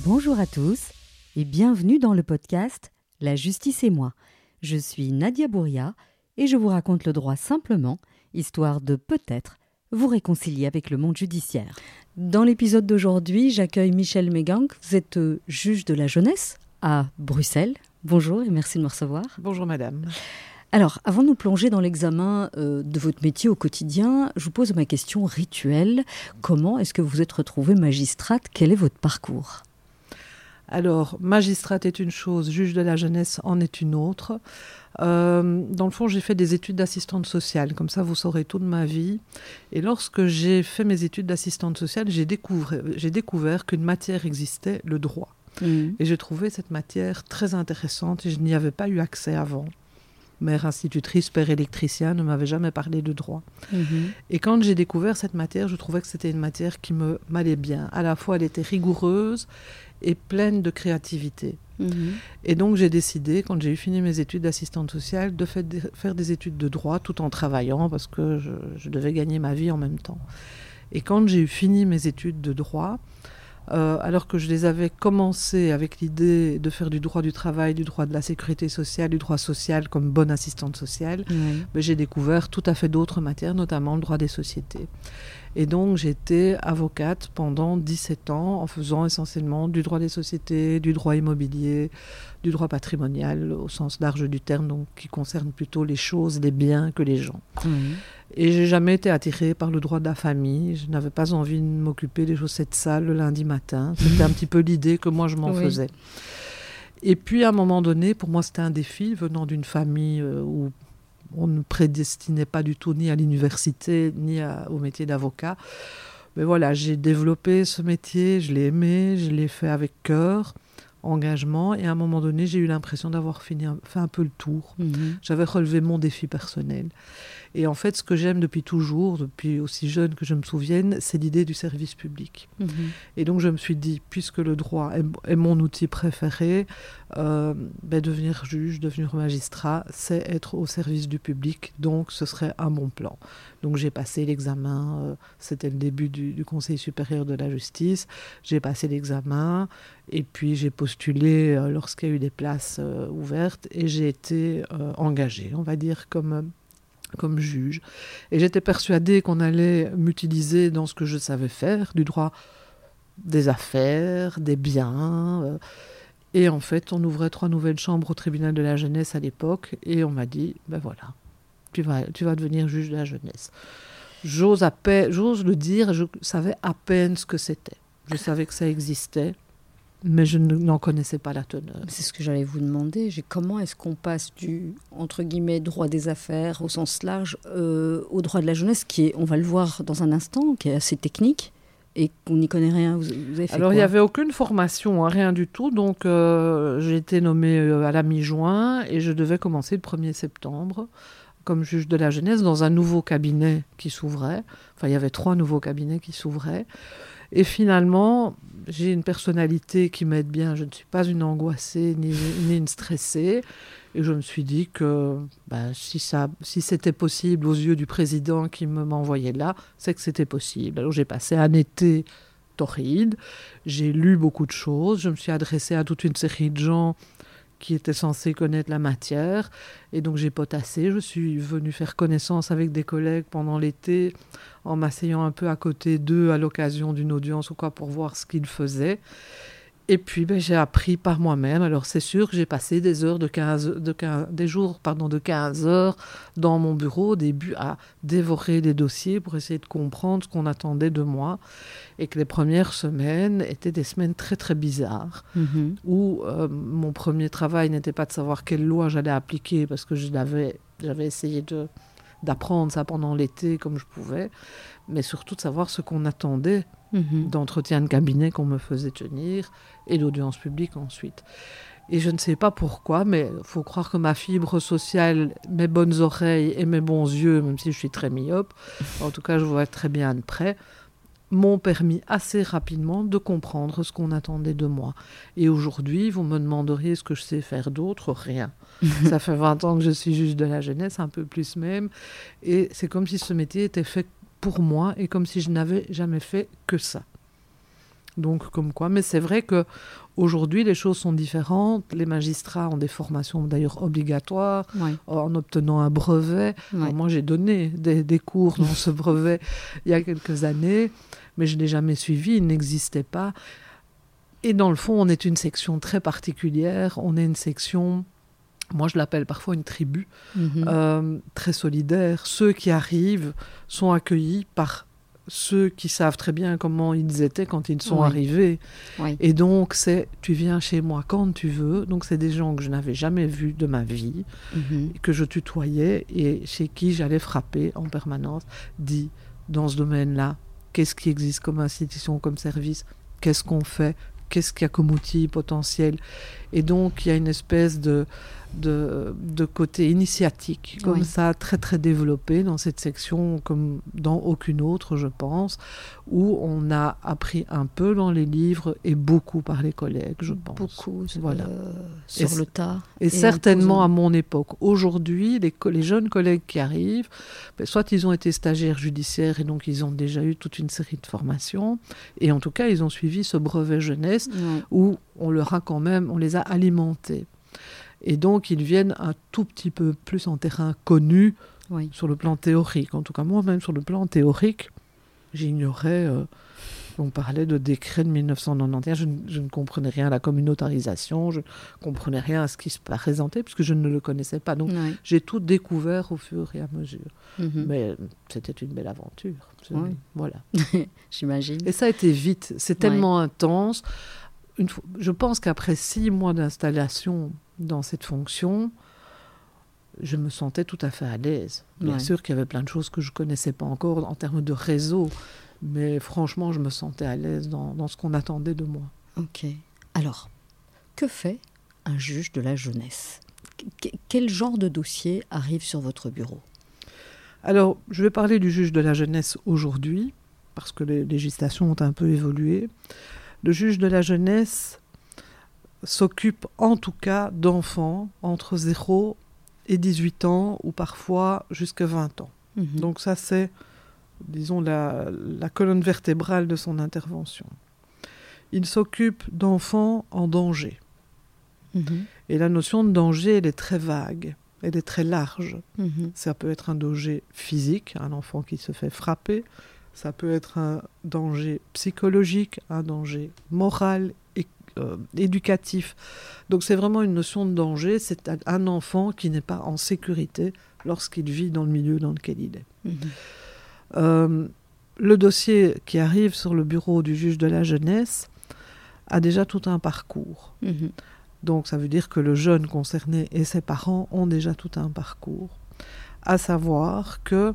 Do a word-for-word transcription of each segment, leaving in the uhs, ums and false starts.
Bonjour à tous et bienvenue dans le podcast La justice et moi. Je suis Nadia Bouria et je vous raconte le droit simplement, histoire de peut-être vous réconcilier avec le monde judiciaire. Dans l'épisode d'aujourd'hui, j'accueille Michel Mégang. Vous êtes euh, juge de la jeunesse à Bruxelles. Bonjour et merci de me recevoir. Bonjour madame. Alors, avant de nous plonger dans l'examen euh, de votre métier au quotidien, je vous pose ma question rituelle. Comment est-ce que vous êtes retrouvée magistrate ? Quel est votre parcours ? Alors, magistrate est une chose, juge de la jeunesse en est une autre. Euh, dans le fond, j'ai fait des études d'assistante sociale, comme ça vous saurez tout de ma vie. Et lorsque j'ai fait mes études d'assistante sociale, j'ai découvert, j'ai découvert qu'une matière existait, le droit. Mmh. Et j'ai trouvé cette matière très intéressante et je n'y avais pas eu accès avant. Mère institutrice, père électricien ne m'avait jamais parlé de droit. Mmh. Et quand j'ai découvert cette matière, je trouvais que c'était une matière qui me m'allait bien. À la fois, elle était rigoureuse et pleine de créativité. Mmh. Et donc, j'ai décidé, quand j'ai eu fini mes études d'assistante sociale, de fait, de faire des études de droit tout en travaillant parce que je, je devais gagner ma vie en même temps. Et quand j'ai eu fini mes études de droit, Euh, alors que je les avais commencées avec l'idée de faire du droit du travail, du droit de la sécurité sociale, du droit social comme bonne assistante sociale, mmh. mais j'ai découvert tout à fait d'autres matières, notamment le droit des sociétés. Et donc j'étais avocate pendant dix-sept ans en faisant essentiellement du droit des sociétés, du droit immobilier, du droit patrimonial au sens large du terme, donc qui concerne plutôt les choses, les biens que les gens. Mmh. Et j'ai jamais été attirée par le droit de la famille. Je n'avais pas envie de m'occuper des chaussettes sales le lundi matin. C'était un petit peu l'idée que moi je m'en oui. faisais. Et puis à un moment donné, pour moi c'était un défi venant d'une famille euh, où on ne prédestinait pas du tout ni à l'université ni à, au métier d'avocat. Mais voilà, j'ai développé ce métier, je l'ai aimé, je l'ai fait avec cœur, engagement, et à un moment donné, j'ai eu l'impression d'avoir fini, fait un peu le tour. Mmh. J'avais relevé mon défi personnel. Et en fait, ce que j'aime depuis toujours, depuis aussi jeune que je me souvienne, c'est l'idée du service public. Mmh. Et donc, je me suis dit, puisque le droit est, est mon outil préféré, euh, ben, devenir juge, devenir magistrat, c'est être au service du public. Donc, ce serait un bon plan. Donc, j'ai passé l'examen. Euh, c'était le début du, du Conseil supérieur de la justice. J'ai passé l'examen. Et puis, j'ai postulé euh, lorsqu'il y a eu des places euh, ouvertes. Et j'ai été euh, engagée, on va dire, comme... Euh, comme juge. Et j'étais persuadée qu'on allait m'utiliser dans ce que je savais faire, du droit des affaires, des biens. Euh, et en fait, on ouvrait trois nouvelles chambres au tribunal de la jeunesse à l'époque, et on m'a dit, ben voilà, tu vas, tu vas devenir juge de la jeunesse. J'ose, à peine, j'ose le dire, je savais à peine ce que c'était. Je savais que ça existait, mais je n'en connaissais pas la teneur. C'est ce que j'allais vous demander. J'ai, comment est-ce qu'on passe du, entre guillemets, droit des affaires au sens large euh, au droit de la jeunesse, qui est, on va le voir dans un instant, qui est assez technique et qu'on n'y connaît rien. Vous, vous avez fait Alors, quoi ? Il n'y avait aucune formation, hein, rien du tout. Donc, euh, j'ai été nommée euh, à la mi-juin et je devais commencer le premier septembre comme juge de la jeunesse dans un nouveau cabinet qui s'ouvrait. Enfin, il y avait trois nouveaux cabinets qui s'ouvraient. Et finalement, j'ai une personnalité qui m'aide bien. Je ne suis pas une angoissée ni, ni une stressée. Et je me suis dit que ben, si, ça, si c'était possible aux yeux du président qui me m'envoyait là, c'est que c'était possible. Alors j'ai passé un été torride. J'ai lu beaucoup de choses. Je me suis adressée à toute une série de gens qui étaient censés connaître la matière. Et donc j'ai potassé. Je suis venue faire connaissance avec des collègues pendant l'été en m'asseyant un peu à côté d'eux à l'occasion d'une audience ou quoi pour voir ce qu'ils faisaient. Et puis ben, j'ai appris par moi-même. Alors c'est sûr que j'ai passé des heures de quinze, de quinze, des jours pardon, de quinze heures dans mon bureau au début à dévorer les dossiers pour essayer de comprendre ce qu'on attendait de moi. Et que les premières semaines étaient des semaines très très bizarres, mmh. où euh, mon premier travail n'était pas de savoir quelle loi j'allais appliquer, parce que je l'avais, j'avais essayé de, d'apprendre ça pendant l'été comme je pouvais, mais surtout de savoir ce qu'on attendait mmh. d'entretien de cabinet qu'on me faisait tenir, et d'audience publique ensuite. Et je ne sais pas pourquoi, mais il faut croire que ma fibre sociale, mes bonnes oreilles et mes bons yeux, même si je suis très myope, en tout cas je vois très bien de près, m'ont permis assez rapidement de comprendre ce qu'on attendait de moi. Et aujourd'hui, vous me demanderiez ce que je sais faire d'autre, rien. Ça fait vingt ans que je suis juge de la jeunesse, un peu plus même, et c'est comme si ce métier était fait pour moi et comme si je n'avais jamais fait que ça. Donc, comme quoi. Mais c'est vrai qu'aujourd'hui, les choses sont différentes. Les magistrats ont des formations d'ailleurs obligatoires Ouais. en obtenant un brevet. Ouais. Alors, moi, j'ai donné des, des cours dans ce brevet il y a quelques années, mais je ne l'ai jamais suivi, il n'existait pas. Et dans le fond, on est une section très particulière. On est une section, moi je l'appelle parfois une tribu, Mhm. euh, très solidaire. Ceux qui arrivent sont accueillis par ceux qui savent très bien comment ils étaient quand ils sont Oui. arrivés. Oui. Et donc, c'est tu viens chez moi quand tu veux. Donc, c'est des gens que je n'avais jamais vus de ma vie, Mhm. que je tutoyais et chez qui j'allais frapper en permanence. Dis, dans ce domaine-là, qu'est-ce qui existe comme institution, comme service? Qu'est-ce qu'on fait? Qu'est-ce qu'il y a comme outil potentiel? Et donc, il y a une espèce de, de, de côté initiatique, comme Oui. ça, très très développé dans cette section, comme dans aucune autre, je pense, où on a appris un peu dans les livres et beaucoup par les collègues, je pense. Beaucoup Voilà. euh, sur Et le tas. Et, en certainement posant- à mon époque. Aujourd'hui, les, co- les jeunes collègues qui arrivent, ben, soit ils ont été stagiaires judiciaires et donc ils ont déjà eu toute une série de formations, et en tout cas ils ont suivi ce brevet jeunesse Ouais. où on leur a quand même, on les a alimentés. Et donc ils viennent un tout petit peu plus en terrain connu Oui. sur le plan théorique. En tout cas moi-même sur le plan théorique, j'ignorais... euh, on parlait de décret de mille neuf cent quatre-vingt-onze, je, ne- je ne comprenais rien à la communautarisation, je ne comprenais rien à ce qui se présentait, puisque je ne le connaissais pas. Donc Ouais. j'ai tout découvert au fur et à mesure. Mhm. Mais c'était une belle aventure. C'est- Oui. Voilà. J'imagine. Et ça a été vite, c'est tellement intense. Une fois- je pense qu'après six mois d'installation dans cette fonction, je me sentais tout à fait à l'aise. Bien Ouais. sûr qu'il y avait plein de choses que je ne connaissais pas encore en termes de réseau, mais franchement, je me sentais à l'aise dans, dans ce qu'on attendait de moi. Ok. Alors, que fait un juge de la jeunesse? Qu- Quel genre de dossier arrive sur votre bureau? Alors, je vais parler du juge de la jeunesse aujourd'hui, parce que les législations ont un peu évolué. Le juge de la jeunesse s'occupe en tout cas d'enfants entre zéro et dix-huit ans, ou parfois jusqu'à vingt ans. Mhm. Donc ça, c'est, disons, la, la colonne vertébrale de son intervention. Il s'occupe d'enfants en danger. Mhm. Et la notion de danger, elle est très vague, elle est très large. Mhm. Ça peut être un danger physique, un enfant qui se fait frapper. Ça peut être un danger psychologique, un danger moral, et, euh, éducatif. Donc c'est vraiment une notion de danger. C'est un- un enfant qui n'est pas en sécurité lorsqu'il vit dans le milieu dans lequel il est. Mhm. Euh, le dossier qui arrive sur le bureau du juge de la jeunesse a déjà tout un parcours. Mhm. Donc ça veut dire que le jeune concerné et ses parents ont déjà tout un parcours. À savoir que,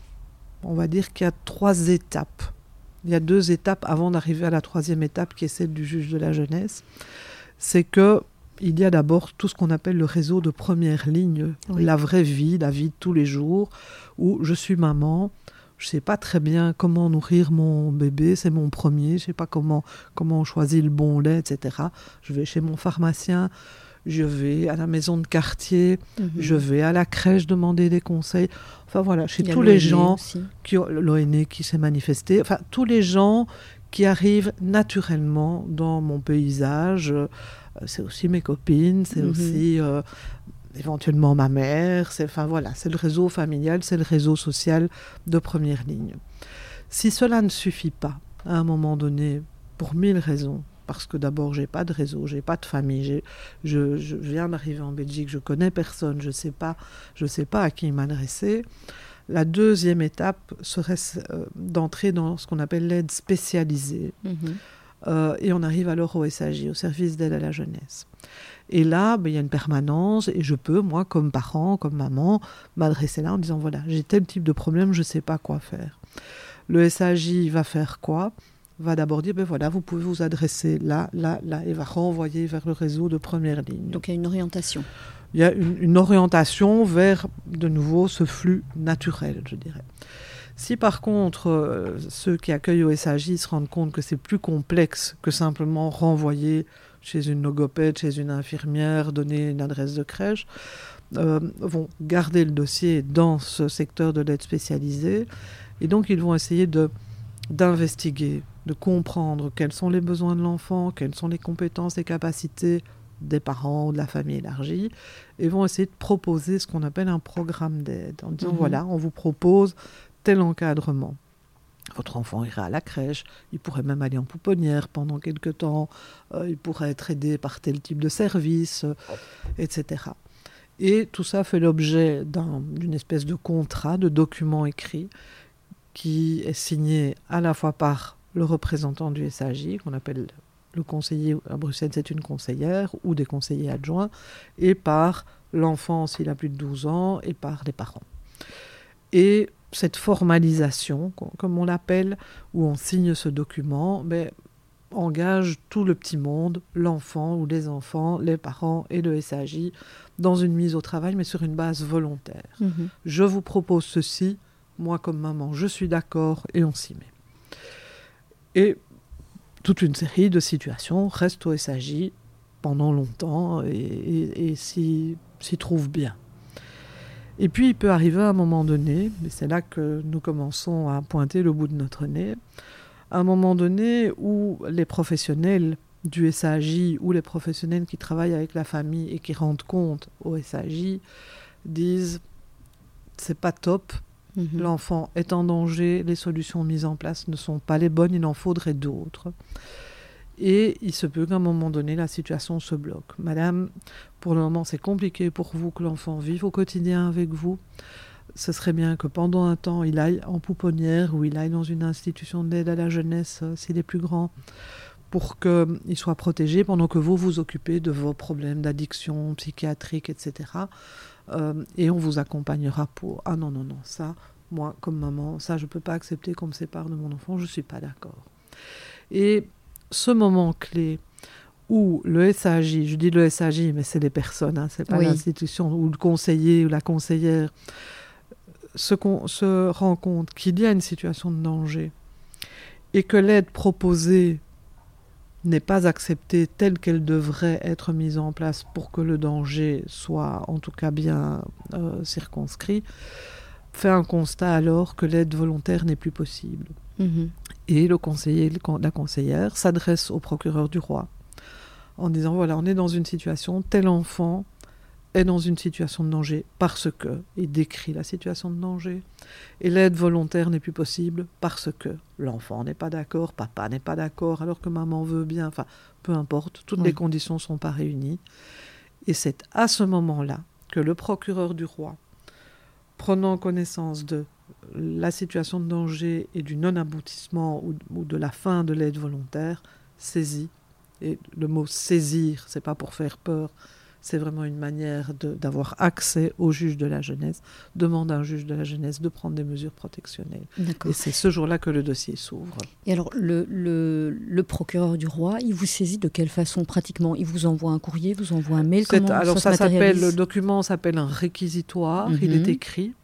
on va dire qu'il y a trois étapes. Il y a deux étapes avant d'arriver à la troisième étape qui est celle du juge de la jeunesse. C'est que il y a d'abord tout ce qu'on appelle le réseau de première ligne, Oui. la vraie vie, la vie de tous les jours, où je suis maman, je ne sais pas très bien comment nourrir mon bébé, c'est mon premier, je ne sais pas comment, comment on choisit le bon lait, et cetera. Je vais chez mon pharmacien, je vais à la maison de quartier, Mhm. je vais à la crèche demander des conseils. Enfin voilà, chez Il y a tous l'O les N E gens, aussi. qui ont- l'O N E qui s'est manifesté, enfin tous les gens qui arrivent naturellement dans mon paysage. Euh, c'est aussi mes copines, c'est Mhm. aussi euh, éventuellement ma mère, c'est, enfin voilà, c'est le réseau familial, c'est le réseau social de première ligne. Si cela ne suffit pas, à un moment donné, pour mille raisons, parce que d'abord j'ai pas de réseau, j'ai pas de famille, j'ai, je, je viens d'arriver en Belgique, je connais personne, je sais pas, je sais pas à qui m'adresser. La deuxième étape serait euh, d'entrer dans ce qu'on appelle l'aide spécialisée. Mhm. Euh, et on arrive alors au S A J, au service d'aide à la jeunesse. Et là, ben, il y a une permanence et je peux, moi, comme parent, comme maman, m'adresser là en disant, voilà, j'ai tel type de problème, je ne sais pas quoi faire. Le S A J va faire quoi ? Va d'abord dire, ben voilà, vous pouvez vous adresser là, là, là, et va renvoyer vers le réseau de première ligne. Donc il y a une orientation. Il y a une, une orientation vers, de nouveau, ce flux naturel, je dirais. Si par contre, euh, ceux qui accueillent au S A J se rendent compte que c'est plus complexe que simplement renvoyer chez une logopède, chez une infirmière, donner une adresse de crèche, euh, vont garder le dossier dans ce secteur de l'aide spécialisée. Et donc, ils vont essayer de, d'investiguer de comprendre quels sont les besoins de l'enfant, quelles sont les compétences et capacités des parents ou de la famille élargie, et vont essayer de proposer ce qu'on appelle un programme d'aide, en disant, mmh. voilà, on vous propose tel encadrement. Votre enfant ira à la crèche, il pourrait même aller en pouponnière pendant quelques temps, euh, il pourrait être aidé par tel type de service, euh, et cetera. Et tout ça fait l'objet d'un, d'une espèce de contrat, de document écrit, qui est signé à la fois par le représentant du S A J, qu'on appelle le conseiller, à Bruxelles c'est une conseillère, ou des conseillers adjoints, et par l'enfant s'il a plus de douze ans, et par les parents. Et cette formalisation, comme on l'appelle, où on signe ce document, ben, engage tout le petit monde, l'enfant ou les enfants, les parents et le S A J, dans une mise au travail, mais sur une base volontaire. Mmh. Je vous propose ceci, moi comme maman, je suis d'accord, et on s'y met. Et toute une série de situations restent au S A J pendant longtemps et, et, et s'y, s'y trouvent bien. Et puis il peut arriver à un moment donné, et c'est là que nous commençons à pointer le bout de notre nez, à un moment donné où les professionnels du S A J ou les professionnels qui travaillent avec la famille et qui rendent compte au S A J disent « c'est pas top ». Mmh. L'enfant est en danger, les solutions mises en place ne sont pas les bonnes, il en faudrait d'autres. Et il se peut qu'à un moment donné, la situation se bloque. Madame, pour le moment, c'est compliqué pour vous que l'enfant vive au quotidien avec vous. Ce serait bien que pendant un temps, il aille en pouponnière ou il aille dans une institution d'aide à la jeunesse, euh, s'il est plus grand, pour qu'il soit protégé pendant que vous vous occupez de vos problèmes d'addiction psychiatrique, et cetera. Euh, et on vous accompagnera pour « Ah non, non, non, ça, moi, comme maman, ça, je ne peux pas accepter qu'on me sépare de mon enfant, je ne suis pas d'accord. » Et ce moment clé où le S A J, je dis le S A J, mais c'est les personnes, hein, ce n'est pas oui. l'institution, ou le conseiller ou la conseillère, se, con- se rend compte qu'il y a une situation de danger et que l'aide proposée n'est pas acceptée telle qu'elle devrait être mise en place pour que le danger soit en tout cas bien euh, circonscrit, fait un constat alors que l'aide volontaire n'est plus possible. Mmh. Et le conseiller, la conseillère s'adresse au procureur du roi en disant voilà, on est dans une situation, tel enfant est dans une situation de danger parce que, il décrit la situation de danger, et l'aide volontaire n'est plus possible parce que l'enfant n'est pas d'accord, papa n'est pas d'accord, alors que maman veut bien, enfin, peu importe, toutes oui. les conditions ne sont pas réunies. Et c'est à ce moment-là que le procureur du roi, prenant connaissance de la situation de danger et du non-aboutissement ou, ou de la fin de l'aide volontaire, saisit, et le mot saisir, c'est pas pour faire peur, c'est vraiment une manière de, d'avoir accès au juge de la jeunesse, demande à un juge de la jeunesse de prendre des mesures protectionnelles. D'accord. Et c'est ce jour-là que le dossier s'ouvre. Et alors, le, le, le procureur du roi, il vous saisit de quelle façon pratiquement ? Il vous envoie un courrier, vous envoie un mail, comment alors ça, ça se matérialise ? s'appelle, le document s'appelle un réquisitoire, mm-hmm. il est écrit.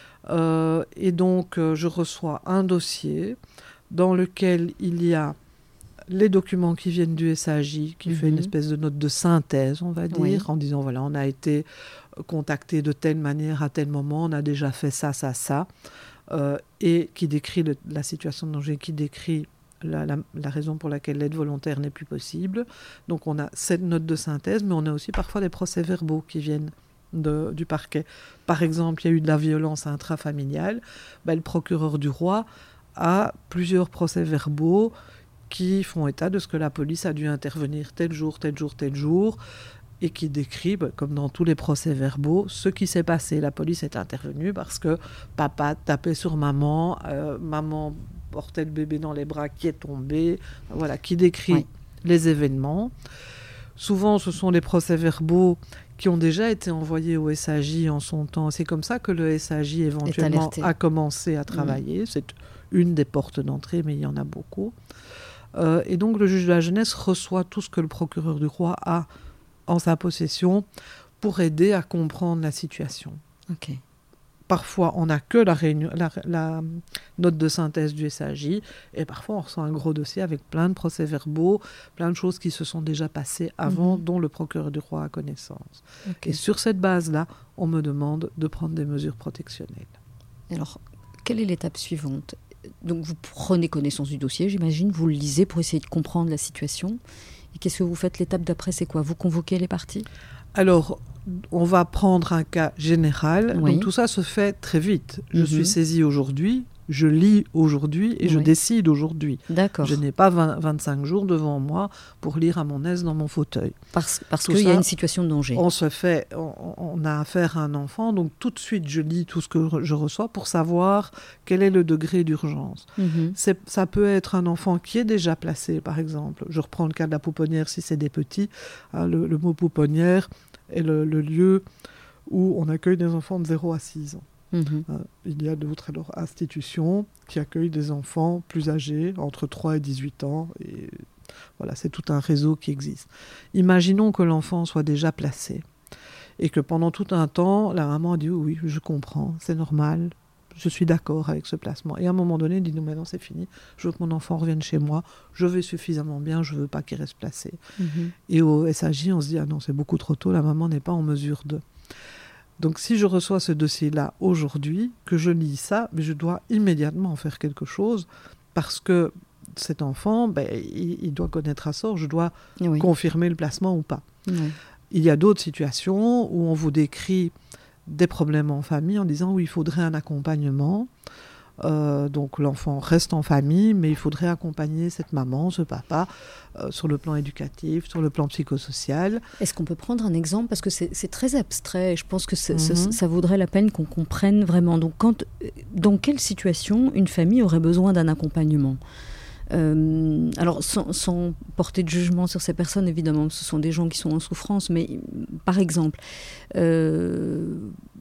Euh, et donc, euh, je reçois un dossier dans lequel il y a les documents qui viennent du S A J, qui mmh. fait une espèce de note de synthèse, on va dire, oui. en disant, voilà, on a été contacté de telle manière à tel moment, on a déjà fait ça, ça, ça, euh, et qui décrit le, la situation de danger, qui décrit la, la, la raison pour laquelle l'aide volontaire n'est plus possible. Donc, on a cette note de synthèse, mais on a aussi parfois des procès-verbaux qui viennent de, du parquet. Par exemple, il y a eu de la violence intrafamiliale, ben, le procureur du roi a plusieurs procès-verbaux qui font état de ce que la police a dû intervenir tel jour, tel jour, tel jour, et qui décrit, comme dans tous les procès-verbaux, ce qui s'est passé. La police est intervenue parce que papa tapait sur maman, euh, maman portait le bébé dans les bras qui est tombé, voilà, qui décrit oui. les événements. Souvent, ce sont les procès-verbaux qui ont déjà été envoyés au S A J en son temps. C'est comme ça que le S A J éventuellement a commencé à travailler. Mmh. C'est une des portes d'entrée, mais il y en a beaucoup. Euh, et donc le juge de la jeunesse reçoit tout ce que le procureur du roi a en sa possession pour aider à comprendre la situation. Okay. Parfois, on n'a que la, réunion, la, la note de synthèse du S A J, et parfois on reçoit un gros dossier avec plein de procès-verbaux, plein de choses qui se sont déjà passées avant, mmh. dont le procureur du roi a connaissance. Okay. Et sur cette base-là, on me demande de prendre des mesures protectionnelles. Alors, quelle est l'étape suivante ? donc vous prenez connaissance du dossier, j'imagine, vous le lisez pour essayer de comprendre la situation. Et qu'est-ce que vous faites? L'étape d'après, c'est quoi? Vous convoquez les parties? Alors, on va prendre un cas général. Oui. Donc tout ça se fait très vite. Je Mhm. suis saisie aujourd'hui, je lis aujourd'hui et Oui. je décide aujourd'hui. D'accord. Je n'ai pas vingt, vingt-cinq jours devant moi pour lire à mon aise dans mon fauteuil. Parce, parce Tout qu'il y ça, a une situation de danger. On se fait, on, on a affaire à un enfant, donc tout de suite je lis tout ce que je reçois pour savoir quel est le degré d'urgence. Mhm. C'est, ça peut être un enfant qui est déjà placé, par exemple. Je reprends le cas de la pouponnière si c'est des petits. Hein, le, le mot pouponnière est le, le lieu où on accueille des enfants de zéro à six ans. Mhm. Hein, il y a d'autres alors, institutions qui accueillent des enfants plus âgés, entre trois et dix-huit ans. Et voilà, c'est tout un réseau qui existe. Imaginons que l'enfant soit déjà placé et que pendant tout un temps, la maman a dit oui, oui, je comprends, c'est normal, je suis d'accord avec ce placement. Et à un moment donné, elle dit non, maintenant c'est fini, je veux que mon enfant revienne chez moi, je vais suffisamment bien, je ne veux pas qu'il reste placé. Mhm. Et au S A J, on se dit ah non, c'est beaucoup trop tôt, la maman n'est pas en mesure de. Donc si je reçois ce dossier-là aujourd'hui, que je lis ça, mais je dois immédiatement en faire quelque chose parce que cet enfant, ben, il, il doit connaître un sort, je dois Oui. confirmer le placement ou pas. Oui. Il y a d'autres situations où on vous décrit des problèmes en famille en disant oui, il faudrait un accompagnement. Euh, donc l'enfant reste en famille, mais il faudrait accompagner cette maman, ce papa, euh, sur le plan éducatif, sur le plan psychosocial. Est-ce qu'on peut prendre un exemple? Parce que c'est, c'est très abstrait et je pense que c'est, Mhm. ça, ça vaudrait la peine qu'on comprenne vraiment. Donc, quand, dans quelle situation une famille aurait besoin d'un accompagnement? Euh, alors, sans, sans porter de jugement sur ces personnes, évidemment, ce sont des gens qui sont en souffrance, mais par exemple... Euh...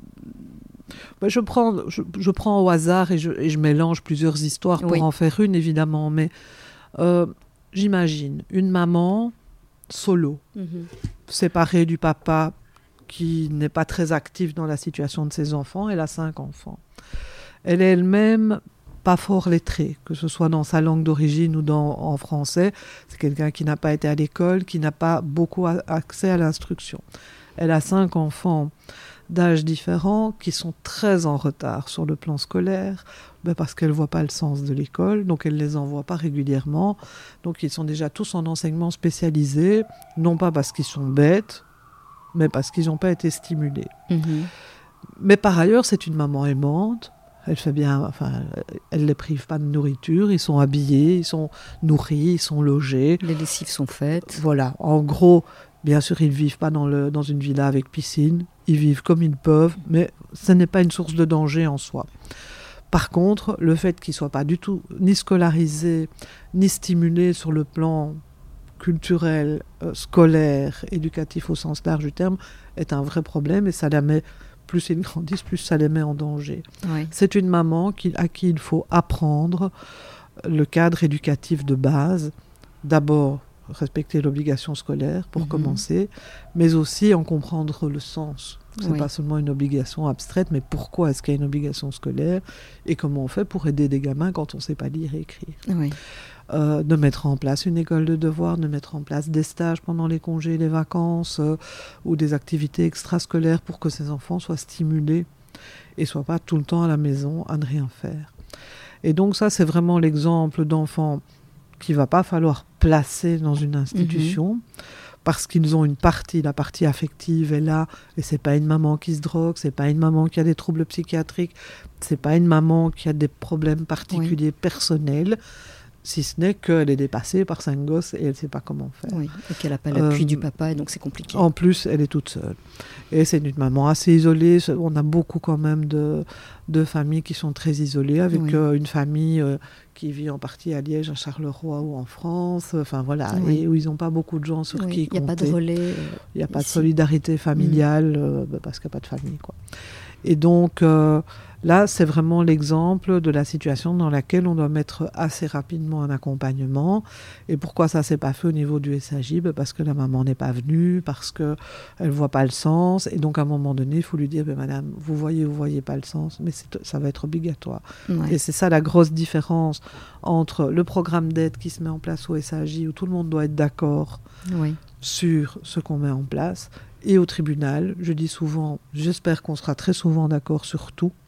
Ben, je, prends, je, je prends au hasard et je, et je mélange plusieurs histoires pour Oui. en faire une, évidemment, mais euh, j'imagine une maman solo, Mm-hmm. séparée du papa qui n'est pas très actif dans la situation de ses enfants. Elle a cinq enfants. Elle est elle-même pas fort lettrée, que ce soit dans sa langue d'origine ou dans, en français. C'est quelqu'un qui n'a pas été à l'école, qui n'a pas beaucoup a- accès à l'instruction. Elle a cinq enfants d'âges différents qui sont très en retard sur le plan scolaire, ben parce qu'elle ne voit pas le sens de l'école, donc elle ne les envoie pas régulièrement. Donc ils sont déjà tous en enseignement spécialisé, non pas parce qu'ils sont bêtes, mais parce qu'ils n'ont pas été stimulés. Mm-hmm. Mais par ailleurs, c'est une maman aimante. Elle fait bien, enfin, elle les prive pas de nourriture. Ils sont habillés, ils sont nourris, ils sont logés. Les lessives sont faites. Voilà. En gros, bien sûr, ils vivent pas dans le dans une villa avec piscine. Ils vivent comme ils peuvent, mais ce n'est pas une source de danger en soi. Par contre, le fait qu'ils soient pas du tout ni scolarisés, ni stimulés sur le plan culturel, euh, scolaire, éducatif au sens large du terme, est un vrai problème et ça la met, plus ils grandissent, plus ça les met en danger. Oui. C'est une maman qui, à qui il faut apprendre le cadre éducatif de base. D'abord, respecter l'obligation scolaire pour Mhm. commencer, mais aussi en comprendre le sens. C'est Oui. pas seulement une obligation abstraite, mais pourquoi est-ce qu'il y a une obligation scolaire et comment on fait pour aider des gamins quand on ne sait pas lire et écrire. Oui. Euh, de mettre en place une école de devoirs, de mettre en place des stages pendant les congés, les vacances euh, ou des activités extrascolaires pour que ces enfants soient stimulés et soient pas tout le temps à la maison à ne rien faire. Et donc ça, c'est vraiment l'exemple d'enfants qu'il va pas falloir placer dans une institution mmh. parce qu'ils ont une partie, la partie affective est là et c'est pas une maman qui se drogue, c'est pas une maman qui a des troubles psychiatriques, c'est pas une maman qui a des problèmes particuliers oui. personnels. Si ce n'est qu'elle est dépassée par cinq gosses et elle ne sait pas comment faire. Oui, et qu'elle n'a pas l'appui euh, du papa, et donc c'est compliqué. En plus, elle est toute seule. Et c'est une maman assez isolée. On a beaucoup quand même de, de familles qui sont très isolées, avec oui. euh, une famille euh, qui vit en partie à Liège, à Charleroi ou en France. Enfin voilà, oui. et où ils n'ont pas beaucoup de gens sur oui. qui compter. Il n'y a pas de relais. Euh, Il n'y a pas ici. de solidarité familiale, mmh. euh, bah, parce qu'il n'y a pas de famille, quoi. Et donc, euh, là, c'est vraiment l'exemple de la situation dans laquelle on doit mettre assez rapidement un accompagnement. Et pourquoi ça ne s'est pas fait au niveau du S A J ? Ben parce que la maman n'est pas venue, parce qu'elle ne voit pas le sens. Et donc, à un moment donné, il faut lui dire, ben, madame, vous voyez, vous ne voyez pas le sens, mais c'est, ça va être obligatoire. Ouais. Et c'est ça la grosse différence entre le programme d'aide qui se met en place au S A J, où tout le monde doit être d'accord ouais. sur ce qu'on met en place, et au tribunal. Je dis souvent, j'espère qu'on sera très souvent d'accord sur tout,